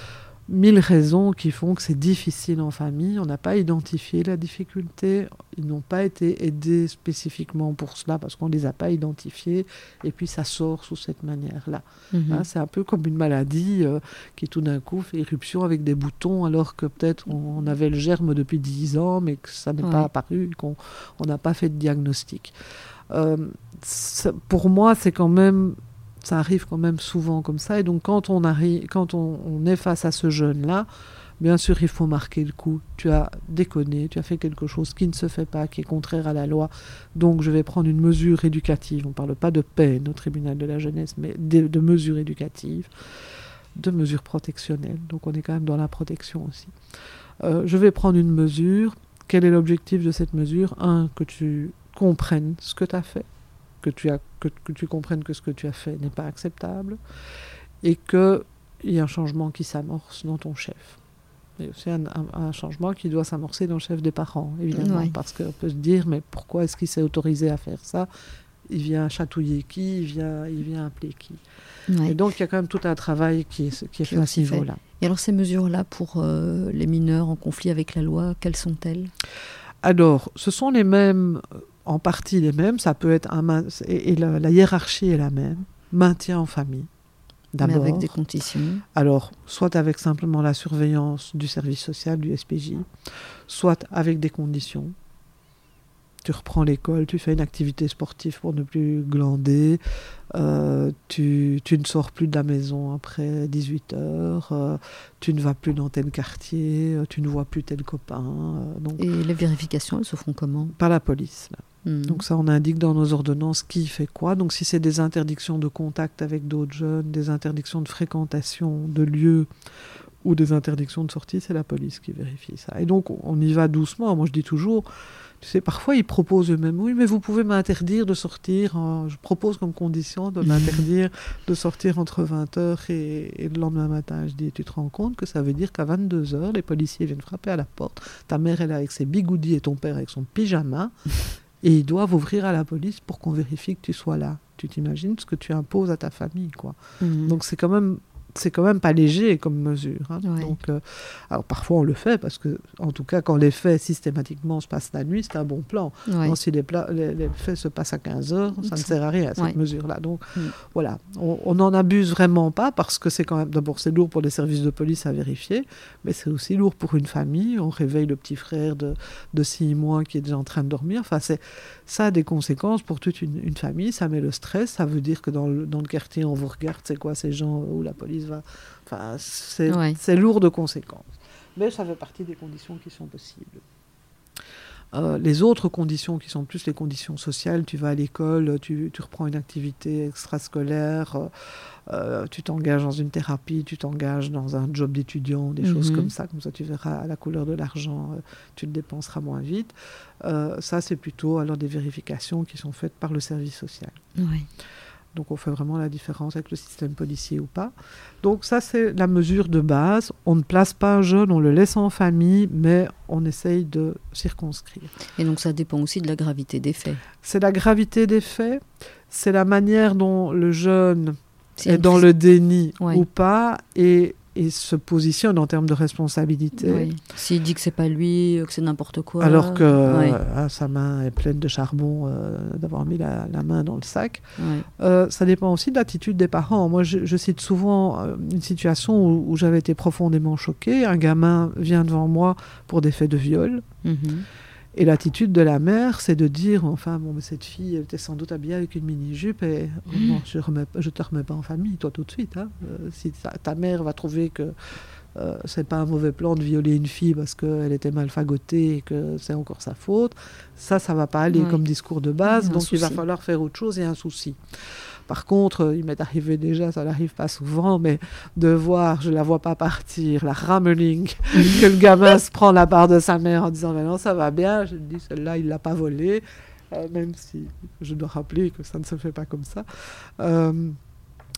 mille raisons qui font que c'est difficile en famille. On n'a pas identifié la difficulté. Ils n'ont pas été aidés spécifiquement pour cela parce qu'on ne les a pas identifiés. Et puis ça sort sous cette manière-là. Mmh. Hein, c'est un peu comme une maladie euh, qui tout d'un coup fait éruption avec des boutons alors que peut-être on, on avait le germe depuis dix ans mais que ça n'est ouais. pas apparu, qu'on n'a pas fait de diagnostic. Euh, pour moi, c'est quand même... Ça arrive quand même souvent comme ça. Et donc, quand on, arrive, quand on, on est face à ce jeune-là, bien sûr, il faut marquer le coup. Tu as déconné, tu as fait quelque chose qui ne se fait pas, qui est contraire à la loi. Donc, je vais prendre une mesure éducative. On ne parle pas de peine au tribunal de la jeunesse, mais de, de mesures éducatives, de mesures protectionnelles. Donc, on est quand même dans la protection aussi. Euh, je vais prendre une mesure. Quel est l'objectif de cette mesure ? Un, que tu comprennes ce que tu as fait. Que tu, as, que, que tu comprennes que ce que tu as fait n'est pas acceptable et qu'il y a un changement qui s'amorce dans ton chef. Il y a aussi un, un, un changement qui doit s'amorcer dans le chef des parents, évidemment, ouais. parce qu'on peut se dire, mais pourquoi est-ce qu'il s'est autorisé à faire ça ? Il vient chatouiller qui ? Il vient, il vient appeler qui ? ouais. Et donc, il y a quand même tout un travail qui est, qui est fait à ce niveau-là. Et alors, ces mesures-là, pour euh, les mineurs en conflit avec la loi, quelles sont-elles ? Alors, ce sont les mêmes... en partie les mêmes, ça peut être un et, et la, la hiérarchie est la même, maintien en famille, d'abord. Mais avec des conditions. Alors, soit avec simplement la surveillance du service social, du S P J, soit avec des conditions. Tu reprends l'école, tu fais une activité sportive pour ne plus glander, euh, tu, tu ne sors plus de la maison après dix-huit heures, euh, tu ne vas plus dans tel quartier, tu ne vois plus tel copain. Euh, donc, et les vérifications, elles se font comment ? Par la police, là. Mmh. Donc ça, on indique dans nos ordonnances qui fait quoi. Donc si c'est des interdictions de contact avec d'autres jeunes, des interdictions de fréquentation de lieux ou des interdictions de sortie, c'est la police qui vérifie ça. Et donc on y va doucement. Moi je dis toujours, tu sais, parfois ils proposent eux-mêmes, oui mais vous pouvez m'interdire de sortir, hein. Je propose comme condition de m'interdire de sortir entre vingt heures et, et le lendemain matin. Je dis, tu te rends compte que ça veut dire qu'à vingt-deux heures, les policiers viennent frapper à la porte, ta mère est là avec ses bigoudis et ton père avec son pyjama. Et ils doivent ouvrir à la police pour qu'on vérifie que tu sois là. Tu t'imagines ce que tu imposes à ta famille, quoi. Mmh. Donc c'est quand même, c'est quand même pas léger comme mesure. Hein. Ouais. Donc, euh, alors parfois on le fait parce que, en tout cas, quand les faits systématiquement se passent la nuit, c'est un bon plan. Ouais. Donc si les, pla- les, les faits se passent à quinze heures, ça ne sert à rien cette ouais. mesure-là. Donc mmh. voilà, on n'en abuse vraiment pas parce que c'est quand même, d'abord c'est lourd pour les services de police à vérifier, mais c'est aussi lourd pour une famille. On réveille le petit frère de, de six mois qui est déjà en train de dormir. Enfin, c'est, ça a des conséquences pour toute une, une famille. Ça met le stress. Ça veut dire que dans le, dans le quartier, on vous regarde, c'est quoi ces gens où la police va... Enfin, c'est, ouais. c'est lourd de conséquences. Mais ça fait partie des conditions qui sont possibles. Euh, les autres conditions qui sont plus les conditions sociales, tu vas à l'école, tu, tu reprends une activité extrascolaire, euh, tu t'engages dans une thérapie, tu t'engages dans un job d'étudiant, des mm-hmm. choses comme ça, comme ça tu verras à la couleur de l'argent, euh, tu le dépenseras moins vite. Euh, ça, c'est plutôt alors des vérifications qui sont faites par le service social. Oui. Donc on fait vraiment la différence avec le système policier ou pas. Donc ça, c'est la mesure de base. On ne place pas un jeune, on le laisse en famille, mais on essaye de circonscrire. Et donc ça dépend aussi de la gravité des faits. C'est la gravité des faits, c'est la manière dont le jeune c'est est dans prise... le déni ouais. ou pas, et et se positionne en termes de responsabilité. Oui. S'il dit que c'est pas lui, que c'est n'importe quoi. Alors que oui. euh, sa main est pleine de charbon euh, d'avoir mis la, la main dans le sac. Oui. Euh, ça dépend aussi de l'attitude des parents. Moi, je, je cite souvent euh, une situation où, où j'avais été profondément choquée. Un gamin vient devant moi pour des faits de viol. Mm-hmm. Et l'attitude de la mère, c'est de dire, enfin, bon, mais cette fille, elle était sans doute habillée avec une mini-jupe, et oh, bon, je ne te remets pas en famille, toi, tout de suite. Hein. Euh, si ta, ta mère va trouver que euh, c'est pas un mauvais plan de violer une fille parce qu'elle était mal fagotée et que c'est encore sa faute, ça, ça va pas aller ouais. comme discours de base, donc souci. Il va falloir faire autre chose, il y a un souci. Par contre, il m'est arrivé déjà, ça n'arrive pas souvent, mais de voir, je ne la vois pas partir, la rammeling, que le gamin se prend la part de sa mère en disant « non, ça va bien », je me dis « celle-là, il ne l'a pas volée euh, », même si je dois rappeler que ça ne se fait pas comme ça. Euh,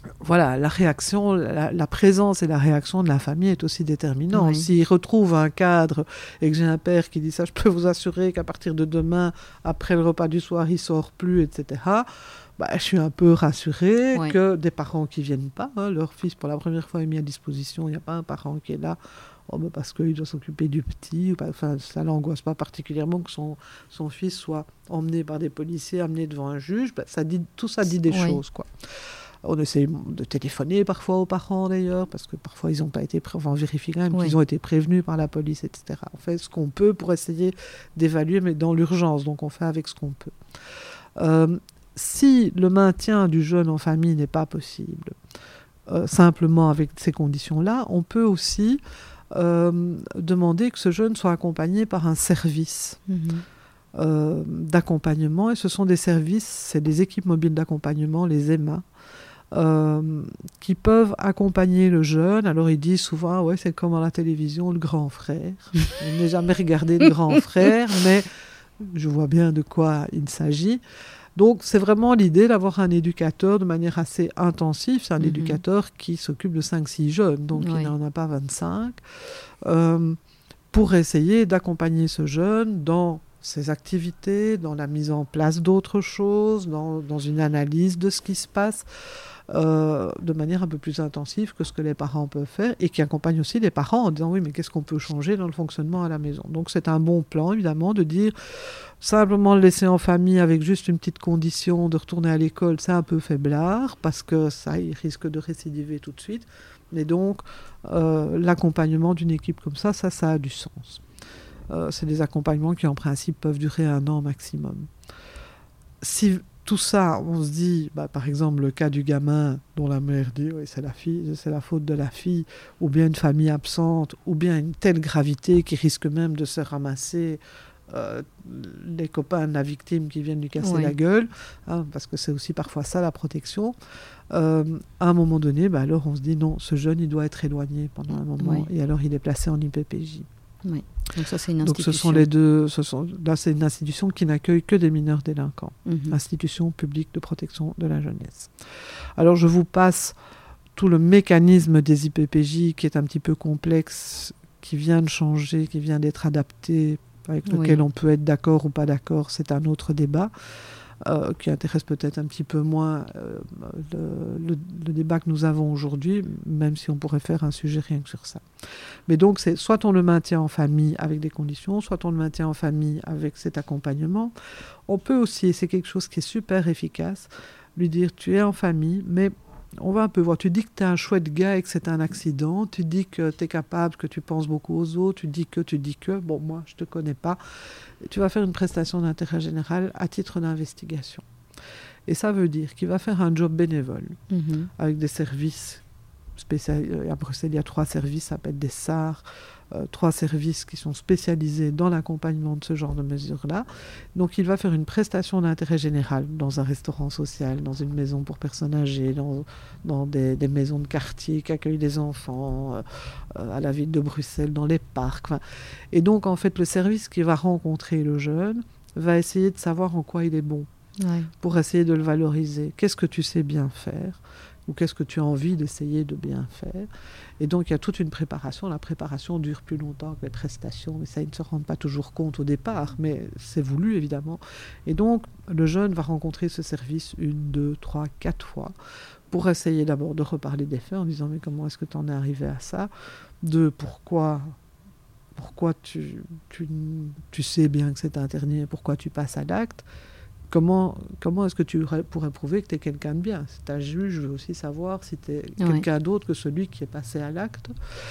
voilà, la réaction, la, la présence et la réaction de la famille est aussi déterminante. Oui. S'ils retrouvent un cadre et que j'ai un père qui dit ça, je peux vous assurer qu'à partir de demain, après le repas du soir, il ne sort plus, et cetera, bah, je suis un peu rassurée oui. que des parents qui ne viennent pas, hein, leur fils pour la première fois est mis à disposition, il n'y a pas un parent qui est là, oh, bah, parce qu'il doit s'occuper du petit, ou pas, enfin, ça ne l'angoisse pas particulièrement que son, son fils soit emmené par des policiers, amené devant un juge, bah, ça dit, tout ça dit des oui. choses, quoi. On essaie de téléphoner parfois aux parents d'ailleurs, parce que parfois ils n'ont pas été pré- enfin, on vérifie quand même oui. qu'ils ont été prévenus par la police, et cetera. On fait ce qu'on peut pour essayer d'évaluer, mais dans l'urgence, donc on fait avec ce qu'on peut. Euh, si le maintien du jeune en famille n'est pas possible, euh, simplement avec ces conditions-là, on peut aussi euh, demander que ce jeune soit accompagné par un service. Mm-hmm. Euh, d'accompagnement, et ce sont des services, c'est des équipes mobiles d'accompagnement, les E M A, Euh, qui peuvent accompagner le jeune. Alors ils disent souvent, ouais, c'est comme à la télévision, le grand frère. Je n'ai jamais regardé le grand frère, mais je vois bien de quoi il s'agit. Donc c'est vraiment l'idée d'avoir un éducateur de manière assez intensive. C'est un mm-hmm. éducateur qui s'occupe de cinq six jeunes, donc oui. il n'en a pas vingt-cinq, euh, pour essayer d'accompagner ce jeune dans ses activités, dans la mise en place d'autres choses, dans, dans une analyse de ce qui se passe, euh, de manière un peu plus intensive que ce que les parents peuvent faire, et qui accompagne aussi les parents en disant oui, mais qu'est-ce qu'on peut changer dans le fonctionnement à la maison. Donc c'est un bon plan, évidemment, de dire simplement le laisser en famille avec juste une petite condition de retourner à l'école, c'est un peu faiblard, parce que ça, il risque de récidiver tout de suite. Mais donc, euh, l'accompagnement d'une équipe comme ça, ça, ça a du sens. Euh, c'est des accompagnements qui en principe peuvent durer un an maximum. Si tout ça, on se dit, bah, par exemple le cas du gamin dont la mère dit oui, c'est la fille, c'est la faute de la fille, ou bien une famille absente, ou bien une telle gravité qui risque même de se ramasser euh, les copains de la victime qui viennent lui casser oui. la gueule, hein, parce que c'est aussi parfois ça la protection. Euh, à un moment donné, bah, alors on se dit non, ce jeune il doit être éloigné pendant un moment, oui. et alors il est placé en I P P J. Oui. Donc ça c'est une institution. Donc ce sont les deux. Ce sont, là c'est une institution qui n'accueille que des mineurs délinquants. Mm-hmm. Institution publique de protection de la jeunesse. Alors je vous passe tout le mécanisme des I P P J qui est un petit peu complexe, qui vient de changer, qui vient d'être adapté, avec lequel oui. on peut être d'accord ou pas d'accord. C'est un autre débat. Euh, qui intéresse peut-être un petit peu moins euh, le, le, le débat que nous avons aujourd'hui, même si on pourrait faire un sujet rien que sur ça. Mais donc, c'est soit on le maintient en famille avec des conditions, soit on le maintient en famille avec cet accompagnement. On peut aussi, et c'est quelque chose qui est super efficace, lui dire tu es en famille, mais on va un peu voir. Tu dis que tu es un chouette gars et que c'est un accident. Tu dis que tu es capable, que tu penses beaucoup aux autres. Tu dis que, tu dis que. Bon, moi, je ne te connais pas. Et tu vas faire une prestation d'intérêt général à titre d'investigation. Et ça veut dire qu'il va faire un job bénévole mm-hmm. avec des services spéciaux. À Bruxelles, il y a trois services, ça s'appelle des S A R. Euh, trois services qui sont spécialisés dans l'accompagnement de ce genre de mesures-là. Donc il va faire une prestation d'intérêt général dans un restaurant social, dans une maison pour personnes âgées, dans, dans des, des maisons de quartier qui accueillent des enfants, euh, à la ville de Bruxelles, dans les parcs. Enfin, et donc en fait le service qui va rencontrer le jeune va essayer de savoir en quoi il est bon, ouais. pour essayer de le valoriser. Qu'est-ce que tu sais bien faire ? Ou qu'est-ce que tu as envie d'essayer de bien faire. Et donc, il y a toute une préparation. La préparation dure plus longtemps que les prestations, mais ça, ils ne se rendent pas toujours compte au départ, mais c'est voulu, évidemment. Et donc, le jeune va rencontrer ce service une, deux, trois, quatre fois pour essayer d'abord de reparler des faits en disant « mais comment est-ce que tu en es arrivé à ça ?» De pourquoi, pourquoi tu, tu, tu sais bien que c'est interdit et pourquoi tu passes à l'acte. Comment, comment est-ce que tu pourrais prouver que tu es quelqu'un de bien ? Si tu es un juge, je veux aussi savoir si tu es oui. quelqu'un d'autre que celui qui est passé à l'acte.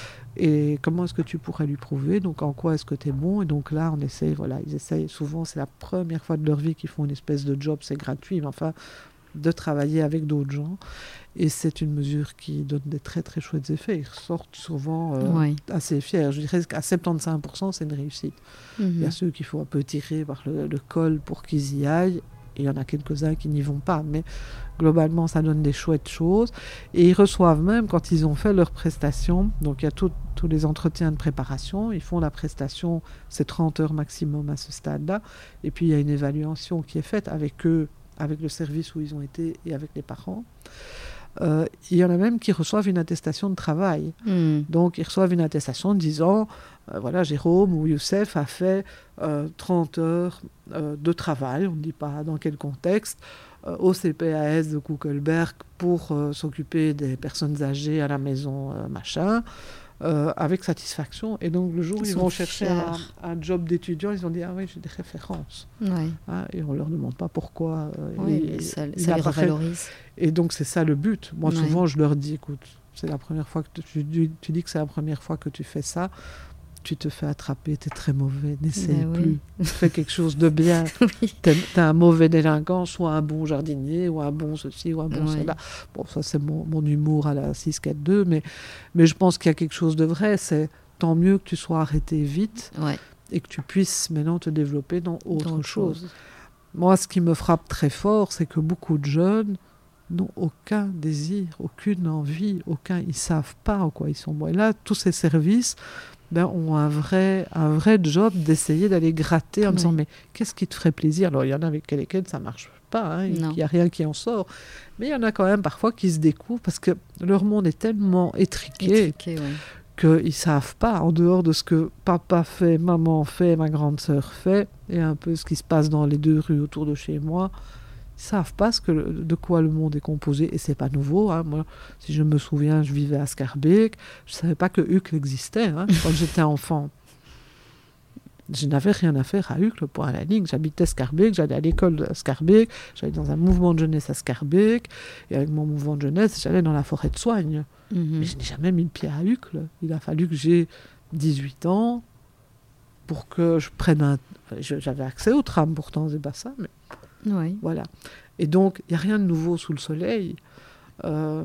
Et comment est-ce que tu pourrais lui prouver ? Donc, en quoi est-ce que tu es bon ? Et donc là, on essaye, voilà, ils essayent, souvent, c'est la première fois de leur vie qu'ils font une espèce de job, c'est gratuit, mais enfin, de travailler avec d'autres gens. Et c'est une mesure qui donne des très, très chouettes effets. Ils ressortent souvent euh, oui. assez fiers. Je dirais qu'à soixante-quinze pour cent, c'est une réussite. Mm-hmm. Il y a ceux qu'il faut un peu tirer par le, le col pour qu'ils y aillent. Et il y en a quelques-uns qui n'y vont pas. Mais globalement, ça donne des chouettes choses. Et ils reçoivent même, quand ils ont fait leur prestation, donc il y a tout, tous les entretiens de préparation, ils font la prestation, c'est trente heures maximum à ce stade-là. Et puis, il y a une évaluation qui est faite avec eux, avec le service où ils ont été et avec les parents. Euh, il y en a même qui reçoivent une attestation de travail. Mm. Donc, ils reçoivent une attestation disant, euh, voilà, Jérôme ou Youssef a fait euh, trente heures euh, de travail, on ne dit pas dans quel contexte, euh, au C P A S de Kuckelberg pour euh, s'occuper des personnes âgées à la maison, euh, machin, euh, avec satisfaction. Et donc, le jour où ils, ils vont chercher un, un job d'étudiant, ils ont dit, ah oui, j'ai des références. Ouais. Hein, et on ne leur demande pas pourquoi. Euh, Oui, et, mais ça, il ça les revalorise. Et donc, c'est ça le but. Moi, Ouais. souvent, je leur dis, écoute, c'est la première fois que tu, tu, tu dis que c'est la première fois que tu fais ça, tu te fais attraper, tu es très mauvais, n'essaye Ben plus. Oui. Fais quelque chose de bien. Oui. Tu es un mauvais délinquant, soit un bon jardinier, ou un bon ceci, ou un bon Ouais. cela. Bon, ça, c'est mon, mon humour à la six quatre deux, mais, mais je pense qu'il y a quelque chose de vrai. C'est tant mieux que tu sois arrêté vite Ouais. et que tu puisses maintenant te développer dans autre Dans chose. chose. Moi, ce qui me frappe très fort, c'est que beaucoup de jeunes n'ont aucun désir, aucune envie, aucun, ils savent pas en quoi ils sont bons. Et là, tous ces services ben, ont un vrai, un vrai job d'essayer d'aller gratter en Oui. disant mais qu'est-ce qui te ferait plaisir? Alors il y en a avec lesquels ça marche pas, hein, il n'y a rien qui en sort, mais il y en a quand même parfois qui se découvrent parce que leur monde est tellement étriqué, Étriqué, ouais. qu'ils ne savent pas, en dehors de ce que papa fait, maman fait, ma grande sœur fait, et un peu ce qui se passe dans les deux rues autour de chez moi, ils ne savent pas ce que, de quoi le monde est composé. Et ce n'est pas nouveau. Hein. Moi, si je me souviens, je vivais à Schaerbeek, je ne savais pas que Uccle existait hein, quand j'étais enfant. Je n'avais rien à faire à Uccle, point à la ligne. J'habitais Schaerbeek, j'allais à l'école à Schaerbeek, j'allais dans un mouvement de jeunesse à Schaerbeek, et avec mon mouvement de jeunesse, j'allais dans la forêt de Soigne. Mm-hmm. Mais je n'ai jamais mis le pied à Uccle. Il a fallu que j'ai dix-huit ans pour que je prenne un... Je, j'avais accès au tram pourtant, c'est pas ça, mais Oui. voilà. Et donc, il n'y a rien de nouveau sous le soleil. Euh,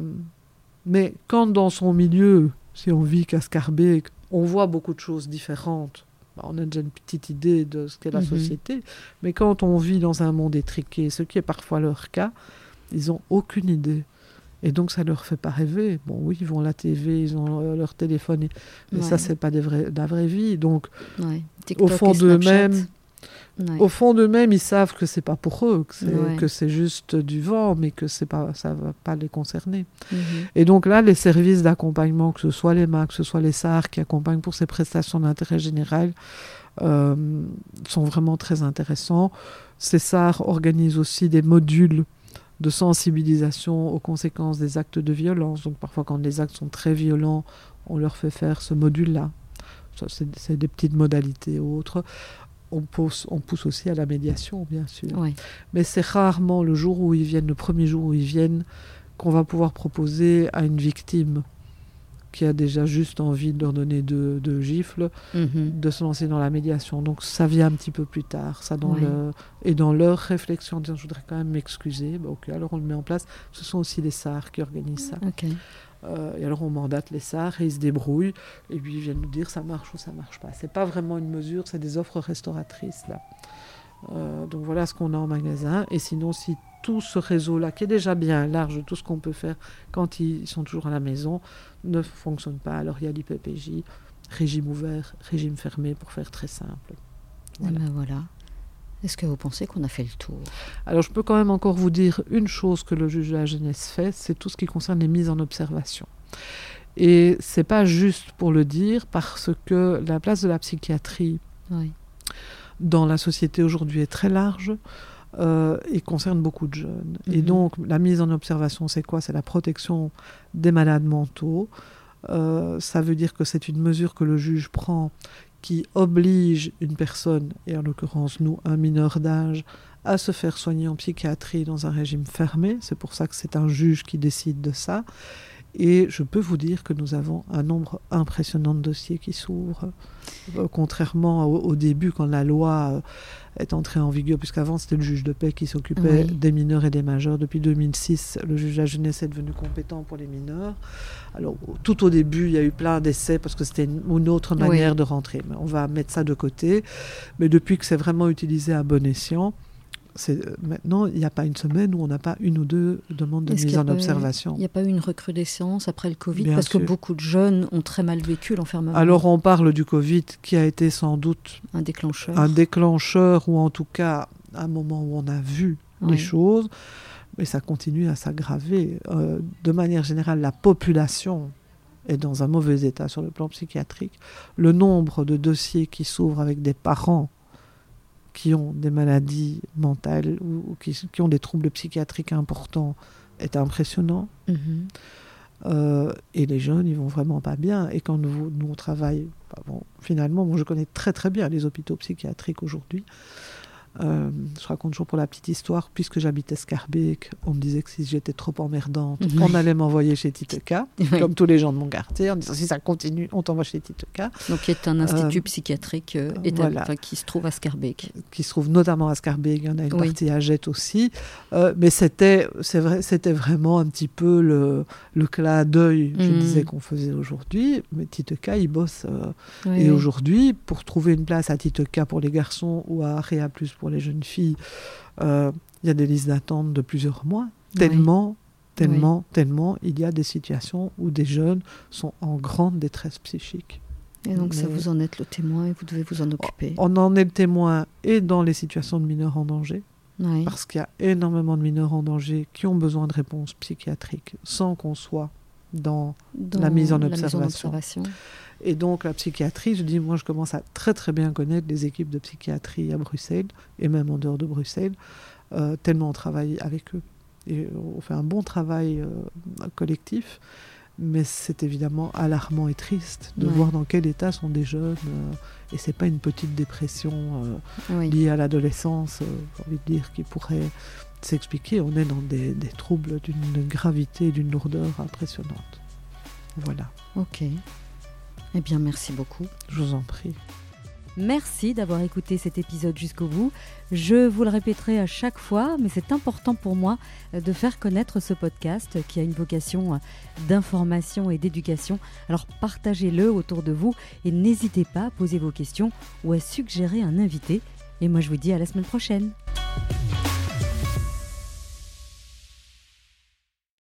mais quand dans son milieu, si on vit qu'à Schaerbeek, on voit beaucoup de choses différentes, bah, on a déjà une petite idée de ce qu'est la Mm-hmm. société, mais quand on vit dans un monde étriqué, ce qui est parfois leur cas, ils n'ont aucune idée. Et donc, ça ne leur fait pas rêver. Bon, oui, ils vont à la T V, ils ont euh, leur téléphone, et... mais Ouais. ça, ce n'est pas de, vrais, de la vraie vie. Donc, Ouais. au fond d'eux-mêmes, ouais. au fond d'eux-mêmes, ils savent que ce n'est pas pour eux, que c'est, Ouais. que c'est juste du vent, mais que c'est pas, ça ne va pas les concerner. Mm-hmm. Et donc là, les services d'accompagnement, que ce soit les M A C, que ce soit les S A R qui accompagnent pour ces prestations d'intérêt général, euh, sont vraiment très intéressants. Ces S A R organisent aussi des modules de sensibilisation aux conséquences des actes de violence. Donc parfois, quand les actes sont très violents, on leur fait faire ce module-là. Ça, c'est, c'est des petites modalités autres. On pousse, on pousse aussi à la médiation, bien sûr. Ouais. Mais c'est rarement le jour où ils viennent, le premier jour où ils viennent, qu'on va pouvoir proposer à une victime qui a déjà juste envie de leur donner deux, deux gifles, Mm-hmm. de se lancer dans la médiation. Donc ça vient un petit peu plus tard. Ça dans Ouais. le... Et dans leur réflexion, en disant je voudrais quand même m'excuser, bah, ok, alors on le met en place. Ce sont aussi les S A R qui organisent ça. Ok. Euh, et alors on mandate les S A R et ils se débrouillent. Et puis ils viennent nous dire ça marche ou ça marche pas. C'est pas vraiment une mesure, c'est des offres restauratrices là. Euh, donc voilà ce qu'on a en magasin. Et sinon, si tout ce réseau-là, qui est déjà bien large, tout ce qu'on peut faire quand ils sont toujours à la maison, ne fonctionne pas, alors il y a l'I P P J, régime ouvert, régime fermé, pour faire très simple. Voilà. Voilà. Ben voilà. Est-ce que vous pensez qu'on a fait le tour? Alors je peux quand même encore vous dire une chose que le juge de la jeunesse fait, c'est tout ce qui concerne les mises en observation. Et c'est pas juste pour le dire, parce que la place de la psychiatrie Oui. dans la société aujourd'hui est très large euh, et concerne beaucoup de jeunes. Mm-hmm. Et donc, la mise en observation, c'est quoi? C'est la protection des malades mentaux. Euh, ça veut dire que c'est une mesure que le juge prend qui oblige une personne, et en l'occurrence nous, un mineur d'âge, à se faire soigner en psychiatrie dans un régime fermé. C'est pour ça que c'est un juge qui décide de ça. Et je peux vous dire que nous avons un nombre impressionnant de dossiers qui s'ouvrent, euh, contrairement au, au début, quand la loi euh, est entrée en vigueur, puisqu'avant c'était le juge de paix qui s'occupait oui. des mineurs et des majeurs. Depuis deux mille six, le juge de la jeunesse est devenu compétent pour les mineurs. Alors, tout au début, il y a eu plein d'essais, parce que c'était une, une autre manière oui. de rentrer. Mais on va mettre ça de côté. Mais depuis que c'est vraiment utilisé à bon escient, c'est, maintenant, il n'y a pas une semaine où on n'a pas une ou deux demandes de Est-ce mise en pas, observation. Il n'y a pas eu une recrudescence après le Covid, Bien parce sûr. que beaucoup de jeunes ont très mal vécu l'enfermement. Alors on parle du Covid qui a été sans doute un déclencheur, un déclencheur ou en tout cas un moment où on a vu oui. les choses. et ça continue à s'aggraver. Euh, de manière générale, la population est dans un mauvais état sur le plan psychiatrique. Le nombre de dossiers qui s'ouvrent avec des parents qui ont des maladies mentales ou, ou qui, qui ont des troubles psychiatriques importants est impressionnant. Mmh. Euh, et les jeunes, ils vont vraiment pas bien. Et quand nous, nous on travaille, bah bon, finalement, bon, je connais très très bien les hôpitaux psychiatriques aujourd'hui. Euh, je raconte toujours pour la petite histoire, puisque j'habitais Schaerbeek, on me disait que si j'étais trop emmerdante, oui. on allait m'envoyer chez Titeka, oui. comme tous les gens de mon quartier, en disant si ça continue, on t'envoie chez Titeka. Donc qui est un institut euh, psychiatrique euh, établi, voilà. qui se trouve à Schaerbeek. Qui se trouve notamment à Schaerbeek, il y en a une oui. partie à Jette aussi. Euh, mais c'était, c'est vrai, c'était vraiment un petit peu le, le clin d'œil, je mmh. disais, qu'on faisait aujourd'hui. Mais Titeka, ils bossent. Euh, oui, et oui. aujourd'hui, pour trouver une place à Titeka pour les garçons ou à Réa Plus pour les jeunes filles, il euh, y a des listes d'attente de plusieurs mois, tellement, oui. tellement, oui. tellement, il y a des situations où des jeunes sont en grande détresse psychique. Et donc Mais ça, vous en êtes le témoin et vous devez vous en occuper. On en est le témoin et dans les situations de mineurs en danger, oui. parce qu'il y a énormément de mineurs en danger qui ont besoin de réponses psychiatriques sans qu'on soit dans, dans la mise en observation. Mise en observation. Et donc la psychiatrie, je dis, moi je commence à très très bien connaître les équipes de psychiatrie à Bruxelles, et même en dehors de Bruxelles, euh, tellement on travaille avec eux. Et on fait un bon travail euh, collectif, mais c'est évidemment alarmant et triste de ouais. voir dans quel état sont des jeunes, euh, et c'est pas une petite dépression euh, oui. liée à l'adolescence, euh, j'ai envie de dire, qui pourrait s'expliquer. On est dans des, des troubles d'une gravité et d'une lourdeur impressionnante. Voilà. Ok. Eh bien, merci beaucoup. Je vous en prie. Merci d'avoir écouté cet épisode jusqu'au bout. Je vous le répéterai à chaque fois, mais c'est important pour moi de faire connaître ce podcast qui a une vocation d'information et d'éducation. Alors partagez-le autour de vous et n'hésitez pas à poser vos questions ou à suggérer un invité. Et moi, je vous dis à la semaine prochaine.